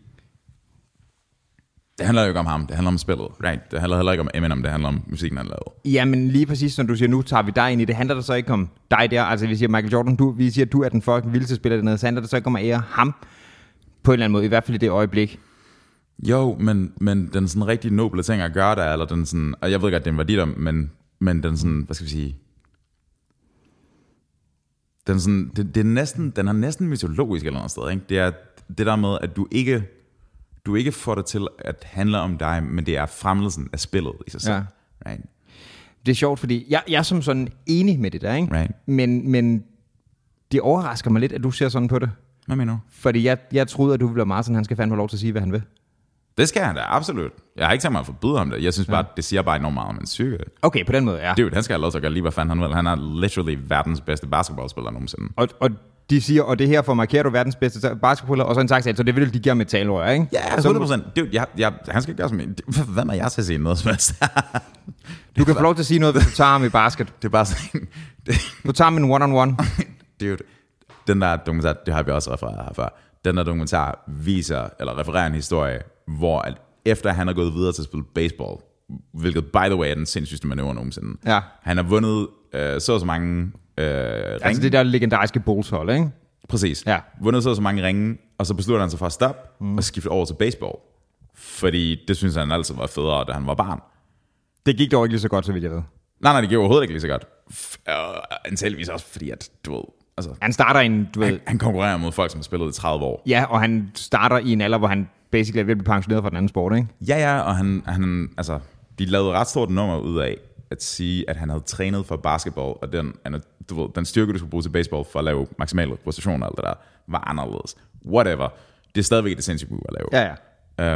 det handler jo ikke om ham, det handler om spillet, right? Det handler heller ikke om Eminem, det handler om musikken, han lavede. Ja, men lige præcis, som du siger, nu tager vi dig ind i det, handler det så ikke om dig der, altså vi siger Michael Jordan, vi siger, at du er den fucking vildeste spiller dernede, så handler det så ikke om at ære ham på en eller anden måde, i hvert fald i det øjeblik. Jo, men den sådan rigtig noble ting at gøre der, eller den sådan, og jeg ved godt, det er en værdi der, men den sådan, hvad skal vi sige, den sådan, det er næsten, den er næsten mytologisk eller noget sted, ikke? Det er det der med, at du ikke får det til at handle om dig, men det er fremmelsen af spillet i sig selv. Ja. Right? Det er sjovt, fordi jeg er som sådan enig med det der, ikke? Right. Men det overrasker mig lidt, at du ser sådan på det. Hvad mener du? Fordi jeg troede, at du ville være meget sådan, han skal fandme have lov til at sige, hvad han vil. Det skal han da, absolut. Jeg har ikke tænkt mig at forbyde ham det. Jeg synes bare, det siger bare enormt meget om en psyke. Okay, på den måde, ja. Dude, han skal have lov til at gøre lige, hvad fanden han vil. Han er literally verdens bedste basketballspiller nogensinde. Og de siger, og det her for markerer du verdens bedste basketballer, og så en taxa, så det vil de give ham et talerør, ikke? Ja, 100%. Dude, han skal gøre som en... Hvad er jeg til at sige noget som helst? Du kan få lov til at sige noget, hvis du tager ham i basket. Det er bare sådan... Du tager ham en one-on-one. Dude, den der dokumentar, det har vi også refereret her før. Den der dokumentar viser, eller refererer en historie, hvor at efter han er gået videre til at spille baseball, hvilket by the way er den sindssygste manøvre nogensinde. Ja. Han har vundet så mange ringe. Altså det der legendariske Bulls-hold, ikke? Præcis. Ja. Vundet så mange ringe, og så beslutter han sig for at stoppe og skifte over til baseball. Fordi det synes han altid var federe, da han var barn. Det gik dog ikke lige så godt, så vidt jeg ved. Nej, det gik overhovedet ikke lige så godt. Antageligvis også fordi, at du ved... Altså, Han starter i en, han konkurrerer mod folk, som har spillet i 30 år. Ja, og han starter i en alder, hvor han basically er ved at blive pensioneret fra den anden sport, ikke? Ja, og han altså, de lavede ret stort nummer ud af at sige, at han havde trænet for basketball, og den styrke, du skulle bruge til baseball for at lave maksimale præstationer og alt det der, var anderledes. Whatever. Det er stadigvæk det sindssygt move at lave. Ja.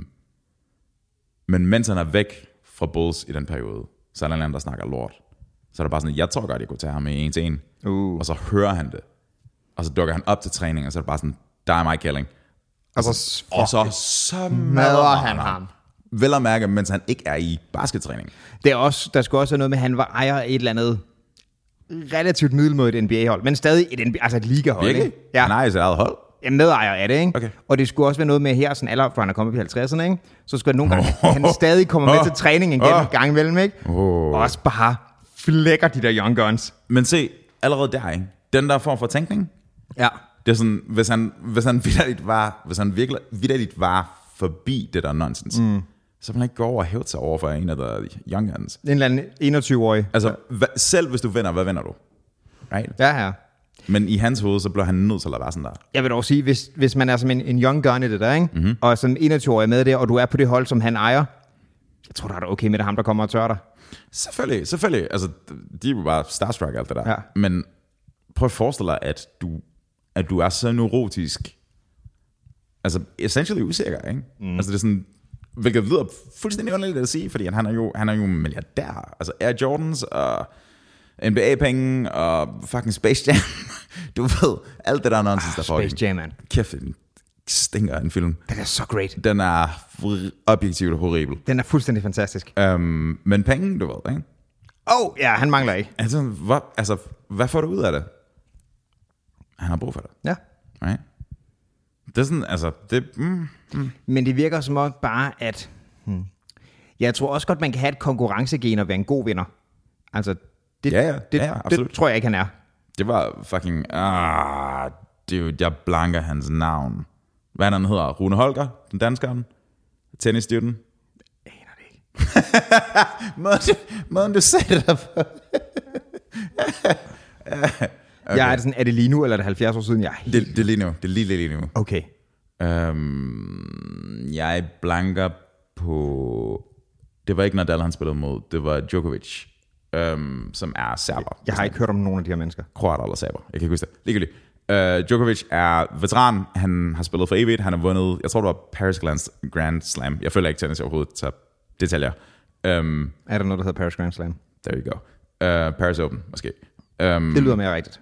Men mens han er væk fra Bulls i den periode, så er der en anden, der snakker lort. Så er det bare sådan, jeg tror godt, jeg kunne tage ham i 1-1. Og så hører han det. Og så dukker han op til træning, og så er det bare sådan, der er Mike Kelling. Og så smadrer han ham. Vel at mærke, mens han ikke er i baskettræning. Der skulle også være noget med, at han var ejer af et eller andet relativt middelmådigt NBA-hold, men stadig et ligahold. Virkelig? Ikke? Ja. Han er i sit eget hold? Ja, medejer af det, ikke? Okay. Og det skulle også være noget med her, sådan alder, for han er kommet på 50'erne, ikke? Så skulle nogle gange, han stadig kommer med til træning en gang imellem, ikke? Og også bare flækker de der young guns. Men se, allerede der, ikke? Den der form for tænkning, ja. Det er sådan, hvis han vitterligt var forbi det der nonsens, så vil han ikke gå over og hæve sig over for en af de young guns. En eller anden 21-årig. Altså, selv hvis du vinder, hvad vinder du? Right? Ja. Men i hans hoved, så bliver han nødt til at være sådan der. Jeg vil dog sige, hvis man er som en young gun i det der, ikke? Mm-hmm. Og som 21-årig med det, og du er på det hold, som han ejer, jeg tror, der er det okay med det ham, der kommer og tørrer dig. Selvfølgelig. Altså, de er jo bare starstruck alt det der. Ja. Men prøv at forestille dig, at du er så neurotisk, altså essentially usikker, ikke? Altså det er sådan, hvilket lyder fuldstændig underligt at sige, fordi han er jo milliardær. Altså Air Jordans og NBA-penge og fucking Space Jam. Du ved, alt det der nonsens, der får. Space Jam, man. Kæft, den stinker en film. Den er så great. Den er objektivt horribel. Den er fuldstændig fantastisk. Men penge, du ved, ikke? Ja, han mangler ikke. Altså, hvad får du ud af det? Han har brug for det. Ja. Right? Det er sådan, altså... Men det virker som om bare, at... Jeg tror også godt, man kan have et konkurrencegen og være en god vinder. Altså, det tror jeg ikke, han er. Det var fucking... jeg blanker hans navn. Hvad han hedder? Rune Holger, den danskeren? Tennisstyrten? Jeg aner det ikke. Måden du sagde det der på. Okay. Ja, er det lige nu, eller er det 70 år siden? Det er lige nu. Det er lige nu. Okay. Jeg blanker på... Det var ikke Nadal, han spillede mod. Det var Djokovic, som er serber. Jeg har ikke hørt om nogen af de her mennesker. Kroater eller serber. Jeg kan ikke huske det. Ligegyldigt. Djokovic er veteran. Han har spillet for evigt. Han har vundet, jeg tror det var Paris Grand Slam. Jeg føler ikke tennis overhovedet, så detaljer. Er der noget, der hedder Paris Grand Slam? There you go. Paris Open, måske. Det lyder mere rigtigt.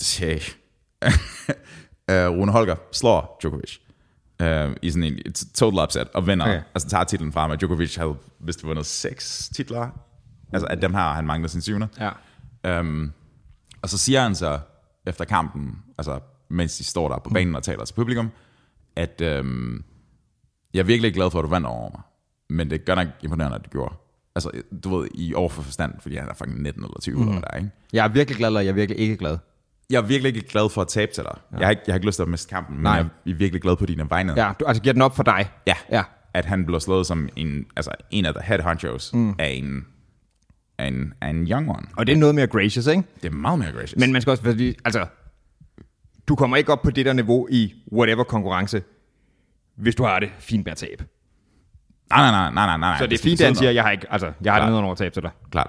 Rune Holger slår Djokovic i sådan en total upset og vinder, okay. Altså tager titlen fra mig. Djokovic havde vist vundet 6 titler, altså af dem her han mangler sin 7. Ja. Og så siger han så efter kampen, altså mens de står der på banen og taler til publikum, at jeg er virkelig glad for, at du vandt over mig, men det er godt nok imponerende, at du gjorde. Altså, du ved, i overfor forstand, fordi han er fucking 19 eller 20 eller der, ikke? Jeg er virkelig glad, eller jeg er virkelig ikke glad. Jeg er virkelig ikke glad for at tabe til dig. Ja. Jeg har ikke lyst til at miste kampen, men jeg er virkelig glad på dine vegne. Ja, du giver den op for dig. Ja. At han blev slået som en af the head honchos af en young one. Og det er noget mere gracious, ikke? Det er meget mere gracious. Men man skal også, altså, du kommer ikke op på det der niveau i whatever konkurrence, hvis du har det fint med at tabe. Nej. Så det er fint, at han siger, jeg har ikke, altså, jeg har det noget over at tabe til dig. Klart.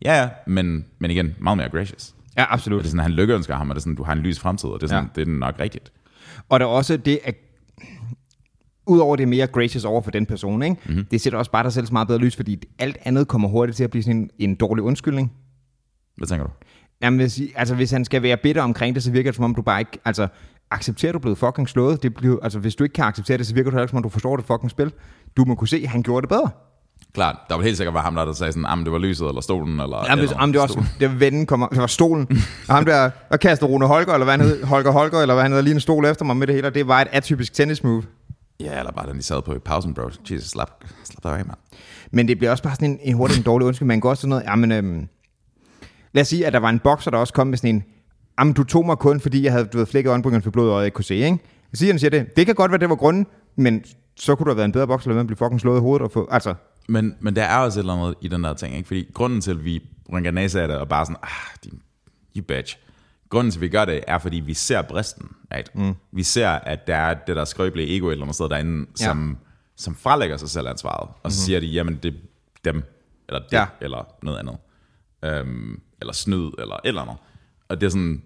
Ja, men igen, meget mere gracious. Ja, absolut. Og det er sådan, han lykkeønsker ham, og det er sådan, du har en lys fremtid, og det er, sådan, det er nok rigtigt. Og der er også det, at udover det er mere gracious over for den person, ikke? Mm-hmm. Det sætter også bare dig selv så meget bedre lys, fordi alt andet kommer hurtigt til at blive sådan en dårlig undskyldning. Hvad tænker du? Jamen, hvis han skal være bitter omkring det, så virker det som om, du bare ikke accepterer, du er blevet fucking slået. Hvis du ikke kan acceptere det, så virker det heller som om, du forstår det fucking spil. Du må kunne se, at han gjorde det bedre. Klart, der var helt sikkert ham, der sagde sådan, det var lyset, eller stolen, eller... Jamen, det var også, det vennen kommer, det var stolen. Og ham der kastede Rune Holger, eller hvad han hed, Holger, eller hvad han hedder, lige en stol efter mig med det hele, og det var et atypisk tennismove. Ja, eller bare den, de sad på i pausen, bro. Jesus, slap dig af, mand. Men det bliver også bare sådan en hurtig, en dårlig undskyld. Man går også sådan noget, lad os sige, at der var en bokser, der også kom med sådan en, du tog mig kun, fordi jeg havde flækket øjenbrynene for blod, og jeg ikke kunne se, ikke? Han siger det. Det kan godt være, det var grunden, men så kunne du have været en bedre bokser, eller man blive fucking slået i hovedet og få, altså... Men der er også et eller andet i den der ting, ikke? Fordi grunden til, at vi rynker næse af det, og bare sådan, you bitch. Grunden til, at vi gør det, er, fordi vi ser bristen, right? Vi ser, at der er det der skrøbelige ego et eller andet sted derinde, som fralægger sig selv ansvaret. Og så siger de, jamen det er dem, eller det, eller noget andet. Eller snyd, eller et eller andet. Og det er sådan...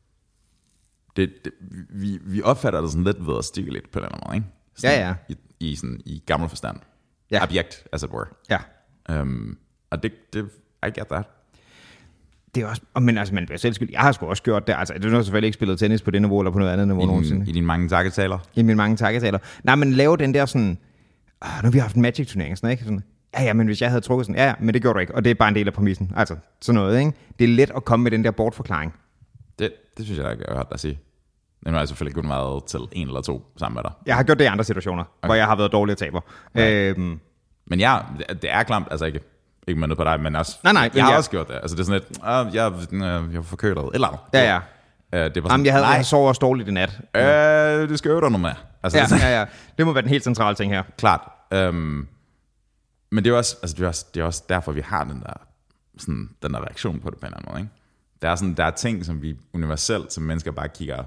Vi opfatter det sådan lidt ved at stikke lidt på den anden måde, ikke? Sådan, i gammel forstand. Ja. Objekt, as it were. Ja. Og det I get that. Det er også, men altså, man bliver selv skyld. Jeg har sgu også gjort det. Altså, det er selvfølgelig ikke spillet tennis på det niveau, eller på noget andet niveau nogensinde. I dine mange takketaler? I mine mange takketaler. Nej, men lave den der sådan, nu har vi haft en Magic-turnering, sådan, ikke? Sådan, ja, men hvis jeg havde trukket sådan, men det gjorde du ikke, og det er bare en del af præmissen. Altså, sådan noget, ikke? Det er let at komme med den der bortforklaring. Det synes jeg ikke, jeg har hørt dig sige. Den har jeg selvfølgelig kun været til 1 eller 2 sammen med dig. Jeg har gjort det i andre situationer, hvor jeg har været dårlig at taber. Okay. Men ja, det er klamt, altså ikke med noget på dig, men også, nej, jeg har også gjort det. Altså det er sådan lidt, jeg var forkølet, eller andet. Ja. Det var sådan, jeg sover også dårligt i nat. Det skal øve dig noget med. Altså, ja. Det må være den helt centrale ting her. Klart. Men det er også, altså det er også derfor, vi har den der reaktion på det på en anden måde, ikke? Der er ting, som vi universelt som mennesker bare kigger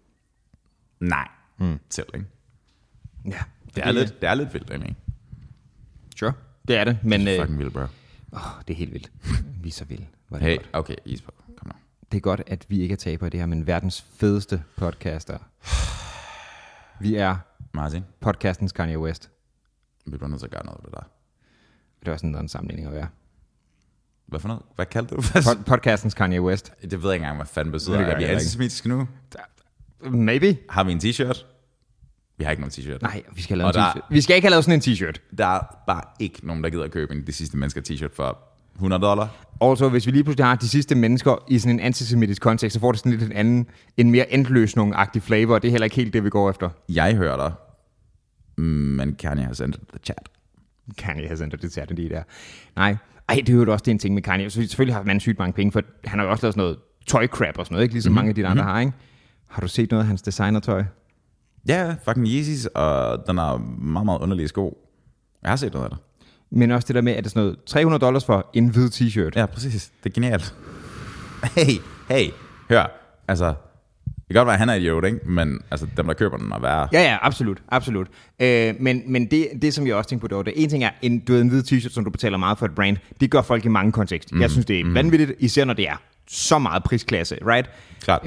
til, ikke? Ja. Det er lidt vildt, ikke? Sure, det er det, men... Det er fucking vildt, bro. Det er helt vildt. Vi er så vilde. Hey, godt. Okay, is på. Kom nu. Det er godt, at vi ikke er taber i det her, men verdens fedeste podcaster. Vi er Martin. Podcastens Kanye West. Vi bliver nødt til at gøre noget ved det der. Det var sådan en sammenligning at være. Hvad for noget? Hvad kaldte du? Podcastens Kanye West. Det ved jeg ikke engang, hvad fanden betyder. Er vi antisemitiske nu? Maybe. Har vi en t-shirt? Vi har ikke nogen t-shirt. Nej, vi skal have lavet en t-shirt. Vi skal ikke have lavet sådan en t-shirt. Der er bare ikke nogen, der gider at købe en De Sidste Mennesker t-shirt for $100. Altså, hvis vi lige pludselig har De Sidste Mennesker i sådan en antisemitisk kontekst, så får det sådan lidt en mere endløsnung-agtig flavor, og det er heller ikke helt det, vi går efter. Jeg hører dig, men Kanye har sendt the chat. Kanye har sendt det chat, det der. Nej, det er jo også en ting med Kanye. Så selvfølgelig har man sygt mange penge, for han har jo også lavet sådan noget toy-crap og sådan noget, ikke? Ligesom mange af de andre har, ikke? Har du set noget af hans designertøj? Ja, fucking Yeezys, og den er meget, meget underlig sko. Jeg har set noget af det. Men også det der med, at det er sådan noget $300 for en hvid t-shirt. Ja, præcis. Det er genialt. Hey, hør. Altså, det kan godt være, at han er idiot, ikke? Men altså, dem, der køber den, er værre. Ja, absolut. Men det, som jeg også tænker på, det en ting er, en hvid t-shirt, som du betaler meget for et brand, det gør folk i mange kontekster. Jeg synes, det er vanvittigt, især når det er så meget prisklasse, right? Klart.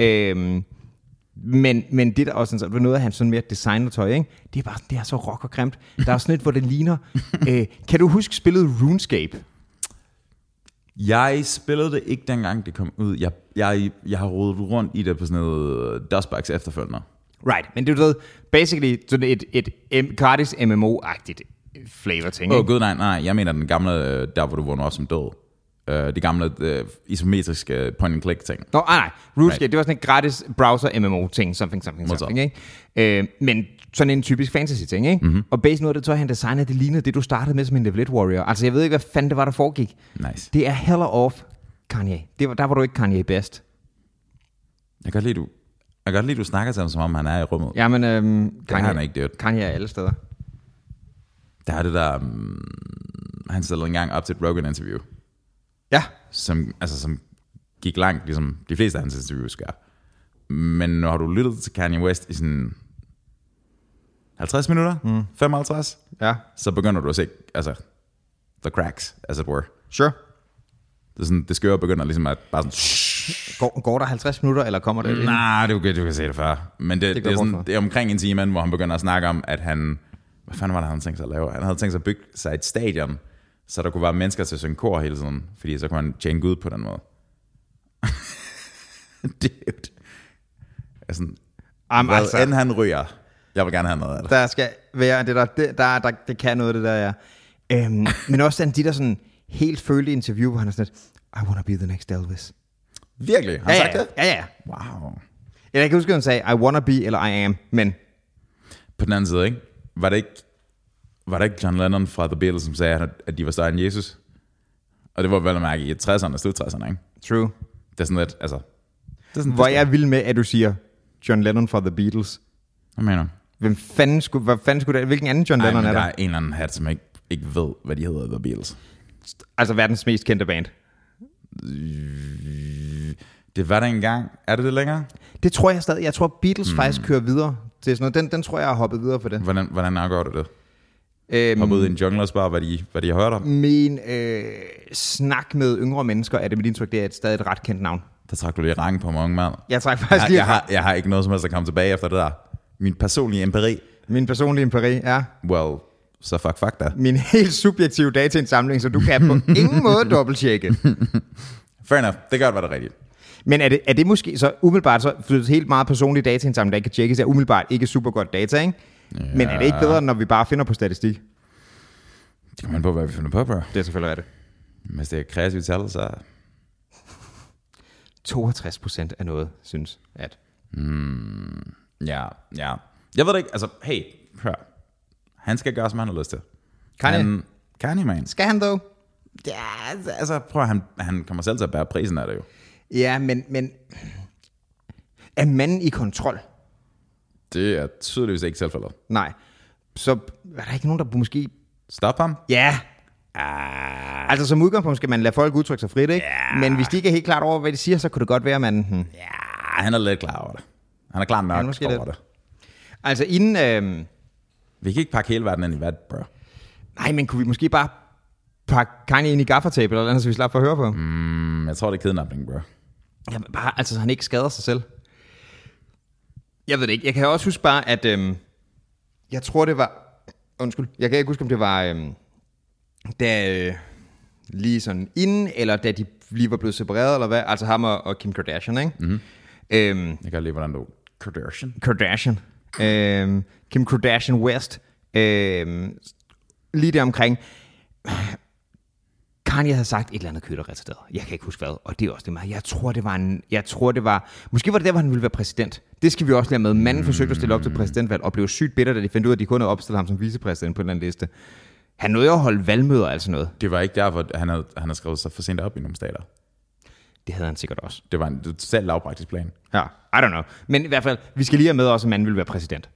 Men det der også sådan, noget af hans sådan mere designertøj, ikke? Det er bare det er så rock og grimt. Der er sådan et, hvor det ligner. Kan du huske spillet RuneScape? Jeg spillede det ikke dengang det kom ud. Jeg har rodet rundt i det på sådan noget Dustbox efterfølgende. Right, men det er jo basically sådan et gratis MMO-agtigt flavor ting. Gud nej, jeg mener den gamle, der hvor du vågner op som død. De gamle isometriske point-and-click ting. Nej. RuneScape, right. Det var sådan en gratis browser MMO ting, something, ikke? Men sådan en typisk fantasy ting, ikke? Mm-hmm. Og base noget af det tøj, han designede, det lignede det, du startede med som en Level 1 Warrior. Altså, jeg ved ikke, hvad fanden det var, der foregik. Nice. Det er hella off, Kanye. Der var du ikke Kanye best. Jeg kan godt lide, du snakker til ham, som om han er i rummet. Ja, men Kanye, han er ikke det. Kanye er alle steder. Der er det der, han stillede engang op til et Rogan-interview. Ja. Som gik langt, ligesom de fleste af hans interviews gør. Men når har du lyttet til Kanye West i sådan 50 minutter, 55, ja. Så begynder du at se, the cracks, as it were. Sure. det skøre begynder ligesom at bare sådan... Går der 50 minutter, eller kommer det? Nej, du kan se det før. Men det er omkring en time, hvor han begynder at snakke om, at han... Hvad fanden var det, han havde tænkt sig at lave? Han havde tænkt sig at bygge sig et stadion, så der kunne være mennesker til at synge kor hele tiden, fordi så kunne han tjene Gud på den måde. Dude. Altså, end han ryger, jeg vil gerne have noget af det. Der skal være det kan noget af det der, ja. Men også de der sådan helt følte interview, hvor han er sådan lidt, I wanna be the next Elvis. Virkelig? Har han sagt det? Ja. Wow. Jeg kan huske, at han sagde, I wanna be, eller I am, men... På den anden side, ikke? Var det ikke John Lennon fra The Beatles, som sagde, at de var større end Jesus? Og det var vel at mærke i 60'erne, slut 60'erne, ikke? True. Det er sådan lidt, altså... Hvor jeg vil med, at du siger John Lennon fra The Beatles. Hvad mener du? Hvad fanden skulle det? Hvilken anden John Lennon er der? Der er en eller anden hat, som ikke ved, hvad de hedder, The Beatles. Altså verdens mest kendte band. Det var der engang. Er det længere? Det tror jeg stadig. Jeg tror Beatles faktisk kører videre til sådan noget. Den tror jeg har hoppet videre for det. Hvordan afgår du det? Hoppet ud i en jungle og spørge, hvad de har hørt om? Min snak med yngre mennesker, er det mit indtryk, det er stadig et ret kendt navn. Der trak du lige rang på mange mand. Jeg trak faktisk lige jeg har ikke noget som helst at komme tilbage efter det der. Min personlige empiri. Ja. Well, så fuck da. Min helt subjektive dataindsamling, så du kan på ingen måde dobbelttjekke. Fair enough. Det gør, hvad der er rigtigt. Men er det måske så umiddelbart, så helt meget personlige dataindsamling, der ikke kan tjekkes, er umiddelbart ikke super godt data, ikke? Ja. Men er det ikke bedre, når vi bare finder på statistik? Det kommer an på, hvad vi finder på, bro. Det er selvfølgelig rigtigt. Hvis det er kreativt tal, så... 62% af noget, synes at... Ja. Jeg ved det ikke, altså, hey, hør. Han skal gøre, som han har lyst til. Kanye, man. Skal han dog? Ja, altså, prøv at han kommer selv til at bære prisen af det jo. Ja, men er manden i kontrol? Det er tydeligvis ikke tilfældet. Nej. Så er der ikke nogen, der måske... Stop ham? Ja. Altså som udgangspunkt skal man lade folk udtrykke sig frit, ikke? Ja. Men hvis de ikke er helt klart over, hvad de siger, så kunne det godt være, at man... Ja, han er lidt klar over det. Han er klar nok over det. Altså inden... Vi kan ikke pakke hele verden ind i vat, bro. Nej, men kunne vi måske bare pakke Kanye ind i gaffertape eller andet, så vi slap for at høre på? Jeg tror, det er kidnapping, bro. Jamen bare, altså så han ikke skader sig selv. Jeg ved det ikke. Jeg kan også huske bare, at... jeg tror, det var... Undskyld. Jeg kan ikke huske, om det var... da lige sådan inden, eller da de lige var blevet separeret, eller hvad? Altså ham og Kim Kardashian, ikke? Mm-hmm. Jeg kan lige, hvordan du... Kardashian. Kim Kardashian West. Lige der omkring. Kanye havde sagt et eller andet kødderretarderet. Jeg kan ikke huske hvad, og det er også det meget. Jeg tror det var... Måske var det der, hvor han ville være præsident. Det skal vi også lære med. Manden forsøgte at stille op til præsidentvalg, og blev sygt bitter, da de fandt ud af, at de kun havde opstillet ham som vicepræsident på en eller anden liste. Han nåede at holde valgmøder altså noget. Det var ikke derfor, han havde skrevet sig for sent op i nogle stater. Det havde han sikkert også. Det var en totalt lavpraktisk plan. Ja, I don't know. Men i hvert fald, vi skal lige have med også, at manden ville være præsident.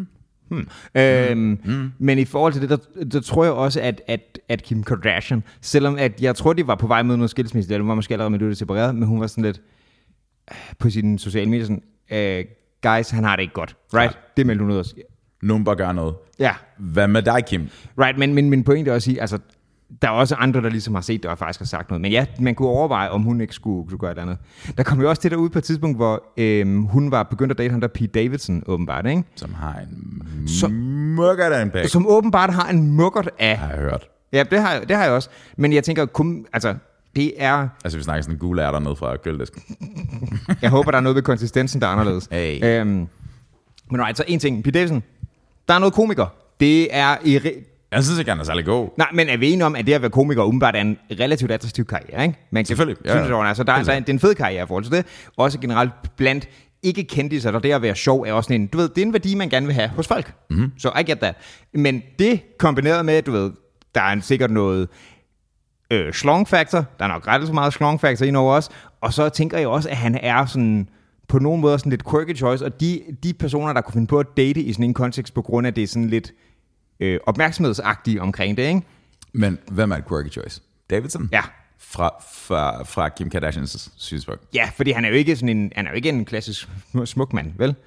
Men i forhold til det, der tror jeg også, at Kim Kardashian, selvom at jeg tror, de var på vej med noget skilsmisse, eller var måske allerede med det separeret, men hun var sådan lidt på sine sociale medier sådan, guys, han har det ikke godt, right? Ja. Det meldte hun ud også. Nogen bare gør noget. Ja. Hvad med dig, Kim? Right, men min pointe er også at sige, altså, der er også andre, der ligesom har set det og faktisk har sagt noget. Men ja, man kunne overveje, om hun ikke skulle gøre et andet. Der kom jo også det der ud på et tidspunkt, hvor hun var begyndt at date ham der Pete Davidson, åbenbart, ikke? Som har en mukkert af en pæk. Som åbenbart har en mukkert af... Har jeg hørt. Ja, det har jeg også. Men jeg tænker, altså, det er... Altså, vi snakker sådan en gule ærter ned fra grilldisken. Jeg håber, der er noget ved konsistensen, der er anderledes. Hey. Men altså, en ting. Pete Davidson, der er noget komiker. Det er... Jeg synes ikke, han er særlig god. Nej, men er vi enige om, at det at være komiker umiddelbart er en relativt attraktiv karriere, ikke? Man kan selvfølgelig. Ja. Synes, det er en fed karriere i forhold til det. Også generelt blandt ikke kendiser, der det at være sjov er også det er en værdi, man gerne vil have hos folk. Mm-hmm. Så I get that. Men det kombineret med, der er sikkert noget schlong factor. Der er nok ret så meget schlong factor indover os. Og så tænker jeg også, at han er sådan... på nogen måde sådan lidt quirky choice, og de personer, der kunne finde på at date i sådan en kontekst, på grund af det er sådan lidt opmærksomhedsagtige omkring det, ikke? Men hvem er et quirky choice? Davidson? Ja. Fra Kim Kardashians synspunkt? Ja, fordi han er jo ikke en klassisk smuk mand, vel?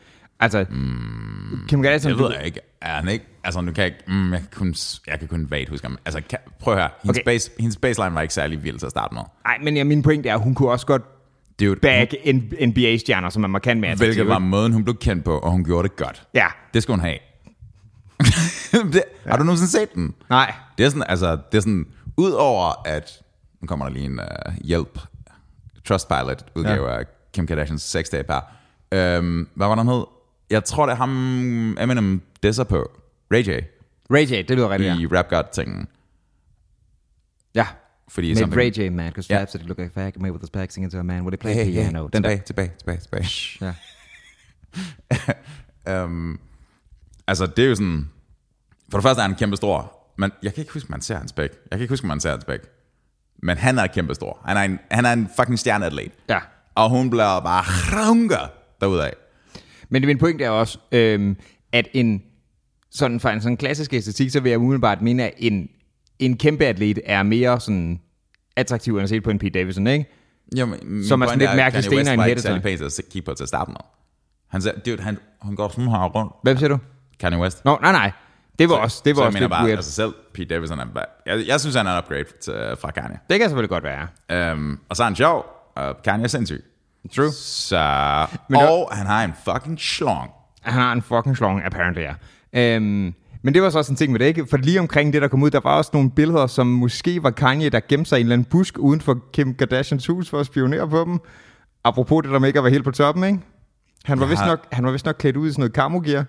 Altså, Kim Kardashian... Jeg ved ikke. Er han ikke? Altså, nu kan jeg kan kun vagt huske ham. Altså, prøv at høre. Hendes baseline var ikke særlig vild til at starte med. Nej, men min point er, at hun kunne også godt back NBA-stjerner, som man markant mere. Hvilket var måden, hun blev kendt på, og hun gjorde det godt. Ja. Det skal hun have. Har du nogensinde set den? Nej. Det er sådan, udover at, nu kommer der lige en hjælp, Trustpilot udgave af Kim Kardashians sextape her. Hvad var den hed? Jeg tror, det er ham, Eminem disser på. Ray J. Ray J, det lyder rigtigt, I Rap God-tingen. Ja. Fordi med Ray J, man, because raps that look like a fag, made with his back, singing to a man, would they play piano? Tilbage. Ja. Altså, det er jo sådan... For det første er han kæmpe stor. Men jeg kan ikke huske, man ser hans bæk. Men han er kæmpe stor. Han er en fucking stjerneatlet. Ja. Og hun bliver bare runker derudad. Men min point er også, at for en sådan klassisk æstetik, så vil jeg umiddelbart mene, at en kæmpe atlet er mere sådan attraktiv end at se på en Pete Davidson, ikke? Jamen, som er sådan lidt mærkelig stener i en hætte. Kanye West var ikke særlig pænt at kigge på til at starte med. Han siger, dude, han går sådan her rundt. Hvem siger du? Kanye West. Nå, nej. Det var også lidt bare, weird. Altså selv Pete Davidson er bare, jeg synes, han er en upgrade fra Kanye. Det kan selvfølgelig godt være. Og så er han sjov, og Kanye er sindssyg. True. Så, han har en fucking schlong. Han har en fucking schlong, apparently, ja. Men det var så også en ting med det, ikke? For lige omkring det, der kom ud, der var også nogle billeder, som måske var Kanye, der gemte sig i en eller anden busk uden for Kim Kardashians hus for at spionere på dem. Apropos det der med ikke at være helt på toppen, ikke? Han var vist nok klædt ud i sådan noget camogear.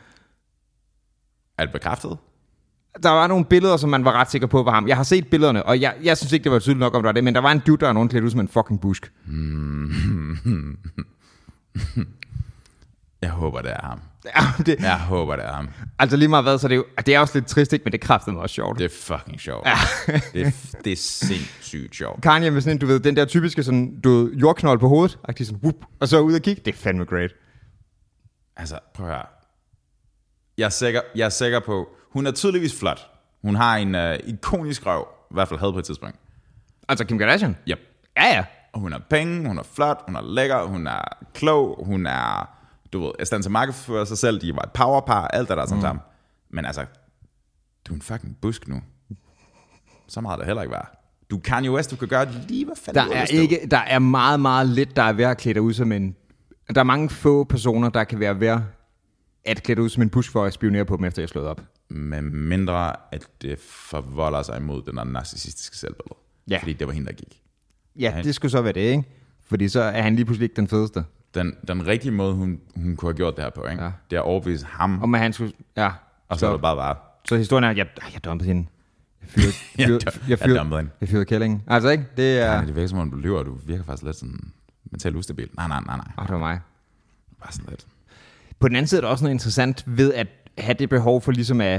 Er det bekræftet? Der var nogle billeder, som man var ret sikker på var ham. Jeg har set billederne, og jeg synes ikke, det var tydeligt nok, om det var det, men der var en dude, der var nogen klædt ud som en fucking busk. Jeg håber, det er ham. Jeg håber, det er ham. Altså lige meget hvad, så det er også lidt trist, ikke? Men det kræftede mig også sjovt. Det er fucking sjovt. Det er sindssygt sjovt. Kanye med sådan, du ved, den der typiske sådan, jordknold på hovedet, sådan, whoop, og så ud og kigge. Det er fandme great. Altså, prøv at høre. Jeg er sikker på, hun er tydeligvis flot. Hun har en ikonisk røv, i hvert fald havde på et tidspunkt. Altså Kim Kardashian? Yep. Ja. Og hun har penge, hun er flot, hun er lækker, hun er klog, hun er, du ved, i stand til at markedsføre sig selv, de var et powerpar, alt det der sammen. Men altså, du er en fucking busk nu. Så meget det heller ikke være. Du Kanye West, du kan gøre lige, hvad fanden der er meget, meget lidt, der er ved at klæde dig ud som en... Der er mange få personer, der kan være ved at klæde ud som en busk for at spionere på dem, efter jeg er slået op. Med mindre, at det forvolder sig imod den der narcissistiske selvbillede. Ja. Fordi det var hende, der gik. Ja, det skulle så være det, ikke? Fordi så er han lige pludselig ikke den fedeste. Den rigtige måde, hun kunne have gjort det her på, ikke? Ja. Det er at overbevise ham. Og han skulle... Ja. Og så er det bare... Så historien er, at jeg dumpede hende. Jeg fyrede kællingen. Altså, ikke? Det er... Nej, det virker som om, du lyver, og du virker faktisk lidt sådan mentalt ustabil. Nej. Det var mig. Bare sådan lidt. På den anden side er det også noget interessant ved at have det behov for ligesom at...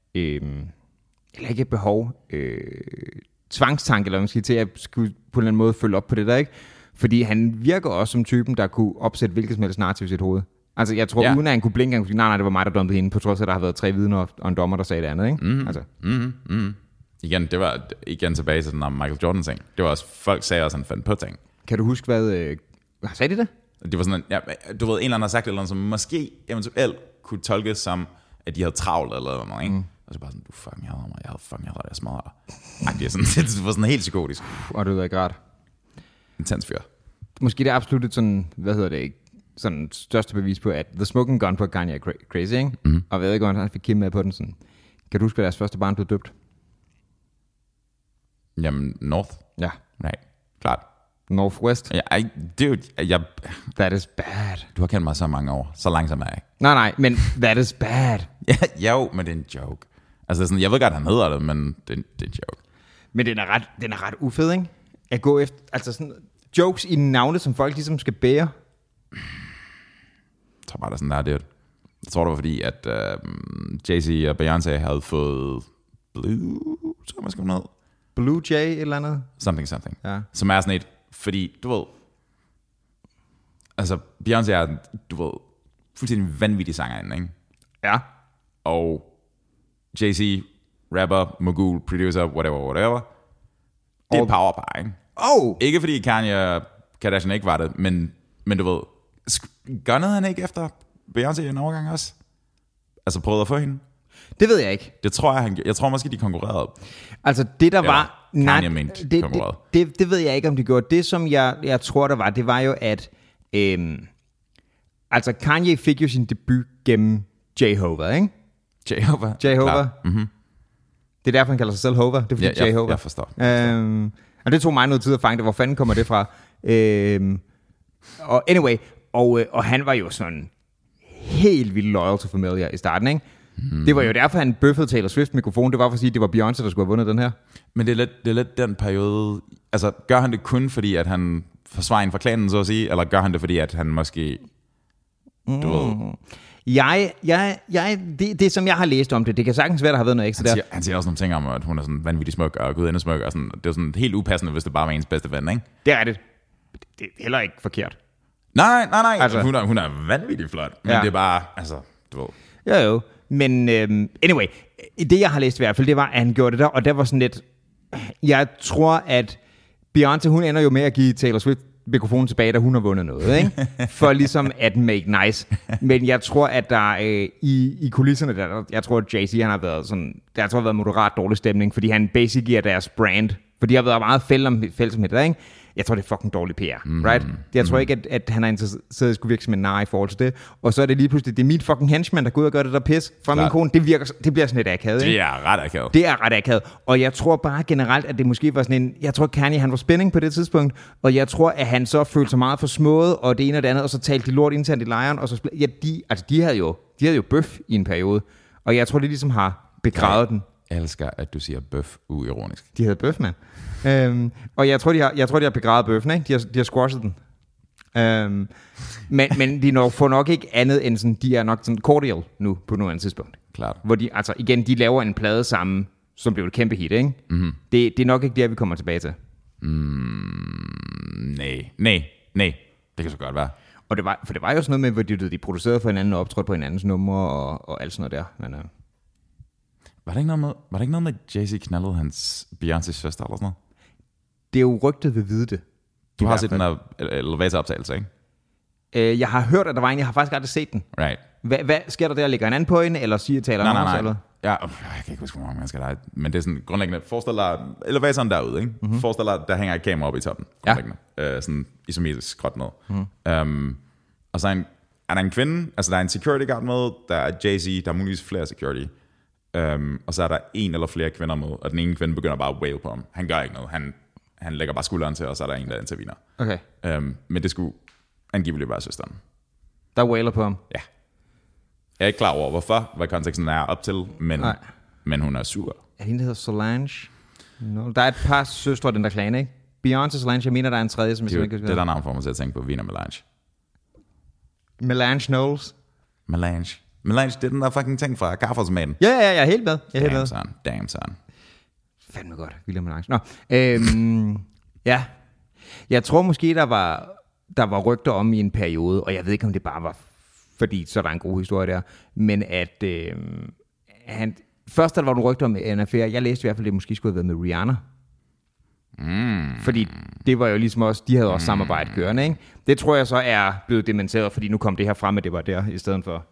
eller ikke et behov... tvangstanke, eller måske til at skulle på en eller anden måde følge op på det der, ikke? Fordi han virker også som typen, der kunne opsætte hvilket som helst narrativ i sit hoved. Altså, jeg tror, uden at han kunne blinke, han kunne sige, nej, det var mig, der dumpede hende, på trods af, at der har været 3 vidner og en dommer, der sagde det andet, ikke? Altså. Igen, det var tilbage til den der Michael Jordan-ting. Det var også, folk sagde også, at han fandt på ting. Kan du huske, hvad... sagde de det? Det var sådan, du ved, en eller anden har sagt et eller andet, som måske eventuelt kunne tolkes som, at de havde travlt eller noget, ikke? Og så bare sådan, du fucking hader mig, jeg havde dig, jeg smadrer dig. Det var sådan helt psykotisk. Og det ved ikke ret. Intens fyr. Måske det er absolut sådan, sådan største bevis på, at the smoking gun på Kanye er crazy, ikke? Mm-hmm. Og ved ikke, han fik Kim med på den sådan. Kan du huske, at deres første barn blev døbt? Jamen, North? Ja. Nej, klart. Northwest? Ja, dude, that is bad. Du har kendt mig så mange år. Så langsomt er jeg ikke. Nej, men that is bad. Jo, men det er en joke. Altså sådan, jeg ved godt, han hedder det, men det er en joke. Men den er ret ufed, ikke? At gå efter, altså sådan jokes i navne, som folk ligesom skal bære. Jeg tror bare, det er sådan der, det. Jeg tror, det var fordi, at Jay-Z og Beyoncé havde fået Blue, tror man skal ned. Blue Jay eller andet? Something. Ja. Som er sådan et, fordi, du ved, altså Beyoncé er, du ved, fuldstændig vanvittig sangerinde, ikke? Ja. Og Jay-Z, rapper, mogul, producer, whatever. Det er powerpar, ikke? Ikke fordi Kanye Kardashian ikke var det, men du ved, gunnede han ikke efter Beyoncé en overgang også? Altså prøvede at få hende? Det ved jeg ikke. Det tror jeg tror måske, de konkurrerede. Altså det der var... Kanye mente det ved jeg ikke, om de gjorde. Det, som jeg tror, der var, det var jo, at... altså Kanye fik jo sin debut gennem Jehovah, ikke? Jehovah. Mm-hmm. Det er derfor, han kalder sig selv Hover. Det er fordi Jehovah. Jeg forstår. Og det tog mig noget tid at fange det. Hvor fanden kommer det fra? Og anyway, og han var jo sådan helt vildt loyal to Familia i starten, ikke? Det var jo derfor, han bøffede Taylor Swift-mikrofon. Det var for at sige, at det var Beyoncé, der skulle have vundet den her. Men det er lidt den periode... Altså, gør han det kun fordi, at han forsvarer en fra klanen, så at sige? Eller gør han det fordi, at han måske... Du ved... Det som jeg har læst om det kan sagtens være, der har været noget ekstra der. Han siger også nogle ting om, at hun er sådan vanvittig smuk og gudinde smuk, og sådan, det er sådan helt upassende, hvis det bare var ens bedste ven, ikke? Det er det. Det er heller ikke forkert. Nej. Altså, hun er vanvittig flot, men det er bare, altså, du ved. Jo. Men anyway, det jeg har læst i hvert fald, det var, at han gjorde det der, og der var sådan lidt... Jeg tror, at Beyoncé, hun ender jo med at give Taylor Swift mikrofonen tilbage, da hun har vundet noget, ikke? For ligesom at make nice. Men jeg tror, at der i kulisserne, jeg tror, at Jay-Z, han har været sådan, der har været moderat dårlig stemning, fordi han basically er deres brand. For de har været meget fælles med det, ikke? Jeg tror, det er fucking dårlig PR, right? Jeg tror ikke, at han er interesseret i at skulle virke som en nar i forhold til det. Og så er det lige pludselig, det er mit fucking henchman, der går ud og gør det der pis fra min kone. Det bliver sådan lidt akavet, ikke? Det er ret akavet. Det er ret akavet. Og jeg tror bare generelt, at det måske var sådan en... Jeg tror, Kanye, han var spænding på det tidspunkt. Og jeg tror, at han så følte sig meget for smået, og det ene og det andet, og så talte de lort internt i lejren. Og så... Ja, de havde jo bøf i en periode. Og jeg tror, det ligesom har begravet den. Jeg elsker, at du siger bøf uironisk. De havde bøf, mand. Og jeg tror, de har begravet bøffen, ikke? De har squashet den. Men de får nok ikke andet end sådan, de er nok sådan cordial nu på noget andet tidspunkt. Klart. Hvor de, altså igen, de laver en plade sammen, som blev et kæmpe hit, ikke? Mm-hmm. Det er nok ikke der, vi kommer tilbage til. Nej. Det kan så godt være. Og det var jo sådan noget med, hvor de producerede for hinanden og optrådte på hinandens numre og alt sådan noget der. Men, Var det ikke noget med Jay-Z knaldede hans Beyoncé's søster eller sådan noget? Det er jo rygtet ved vide det. Du har set den her elevator-optagelse, ikke? Jeg har hørt, at der var en. Jeg har faktisk aldrig set den. Right. Hvad sker der? Ligger en anden på hende, eller taler han også? Eller? Ja, jeg kan ikke huske, hvor mange mennesker der er. Men det er sådan grundlæggende. Forestil dig elevatoren derude, ikke? Mm-hmm. Forestil dig, der hænger et kamera oppe i toppen. Grundlæggende. Sådan isometrisk skråt ned. Mm-hmm. Og så er der en kvinde, altså der er en security guard med, der er Jay-Z, der er muligvis flere security. Og så er der en eller flere kvinder med, og den ene kvinde begynder bare at wail på ham. Han gør ikke noget. Han lægger bare skulderen til, og så er der en, der intervener. Okay. Men det skulle angiveligt være søsteren. Der wailer på ham? Ja. Jeg er ikke klar over, hvorfor, hvad konteksten er op til, men hun er sur. Er det en, der hedder Solange? No. Der er et par søstre af den der klan, ikke? Beyoncé, Solange, jeg mener, der er en tredje, som jeg ikke husker. Det er der navn for mig til at tænke på, Vina Melange. Melange Knowles? Melange, det er den der fucking ting fra Garfordsmaten. Ja, jeg er helt med. Damn son. Fandme godt, William Melange. Nå, ja. Jeg tror måske, der var rygter om i en periode, og jeg ved ikke, om det bare var, fordi så er der en god historie der, men at først der var nogle rygter om en affære, jeg læste i hvert fald, det måske skulle have været med Rihanna. Fordi det var jo ligesom også, de havde også samarbejde kørende, ikke? Det tror jeg så er blevet dementeret, fordi nu kom det her frem, at det var der i stedet for.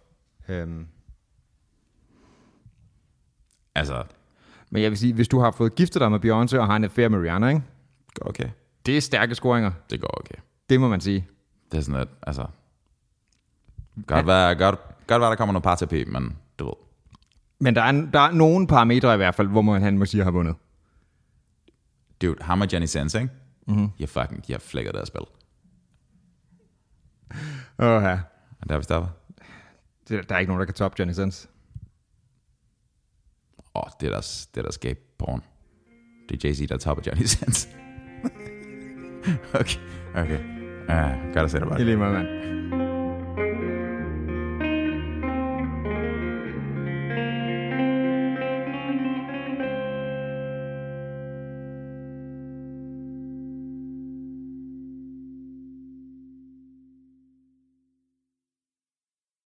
Altså. Men jeg vil sige, hvis du har fået giftet dig med Beyoncé og har en affære med Rihanna, ikke? Går okay. Det er stærke scoringer. Det går okay. Det må man sige. Det er sådan et, altså. Godt være, der kommer noget parterapi, men du ved. Men der er nogle parametre i hvert fald, hvor han må sige, at har vundet. Dude, ham og Jenny Sens, ikke? Mm-hmm. De har flækket deres spil. Ja. Og der vi stopper. Der er ikke nogen, der kan toppe Jenny Sens. Det er deres gay porn. Det er Jay-Z, der topper Jenny Sens. Okay. Godt at se dig bare. I lige måde, mand.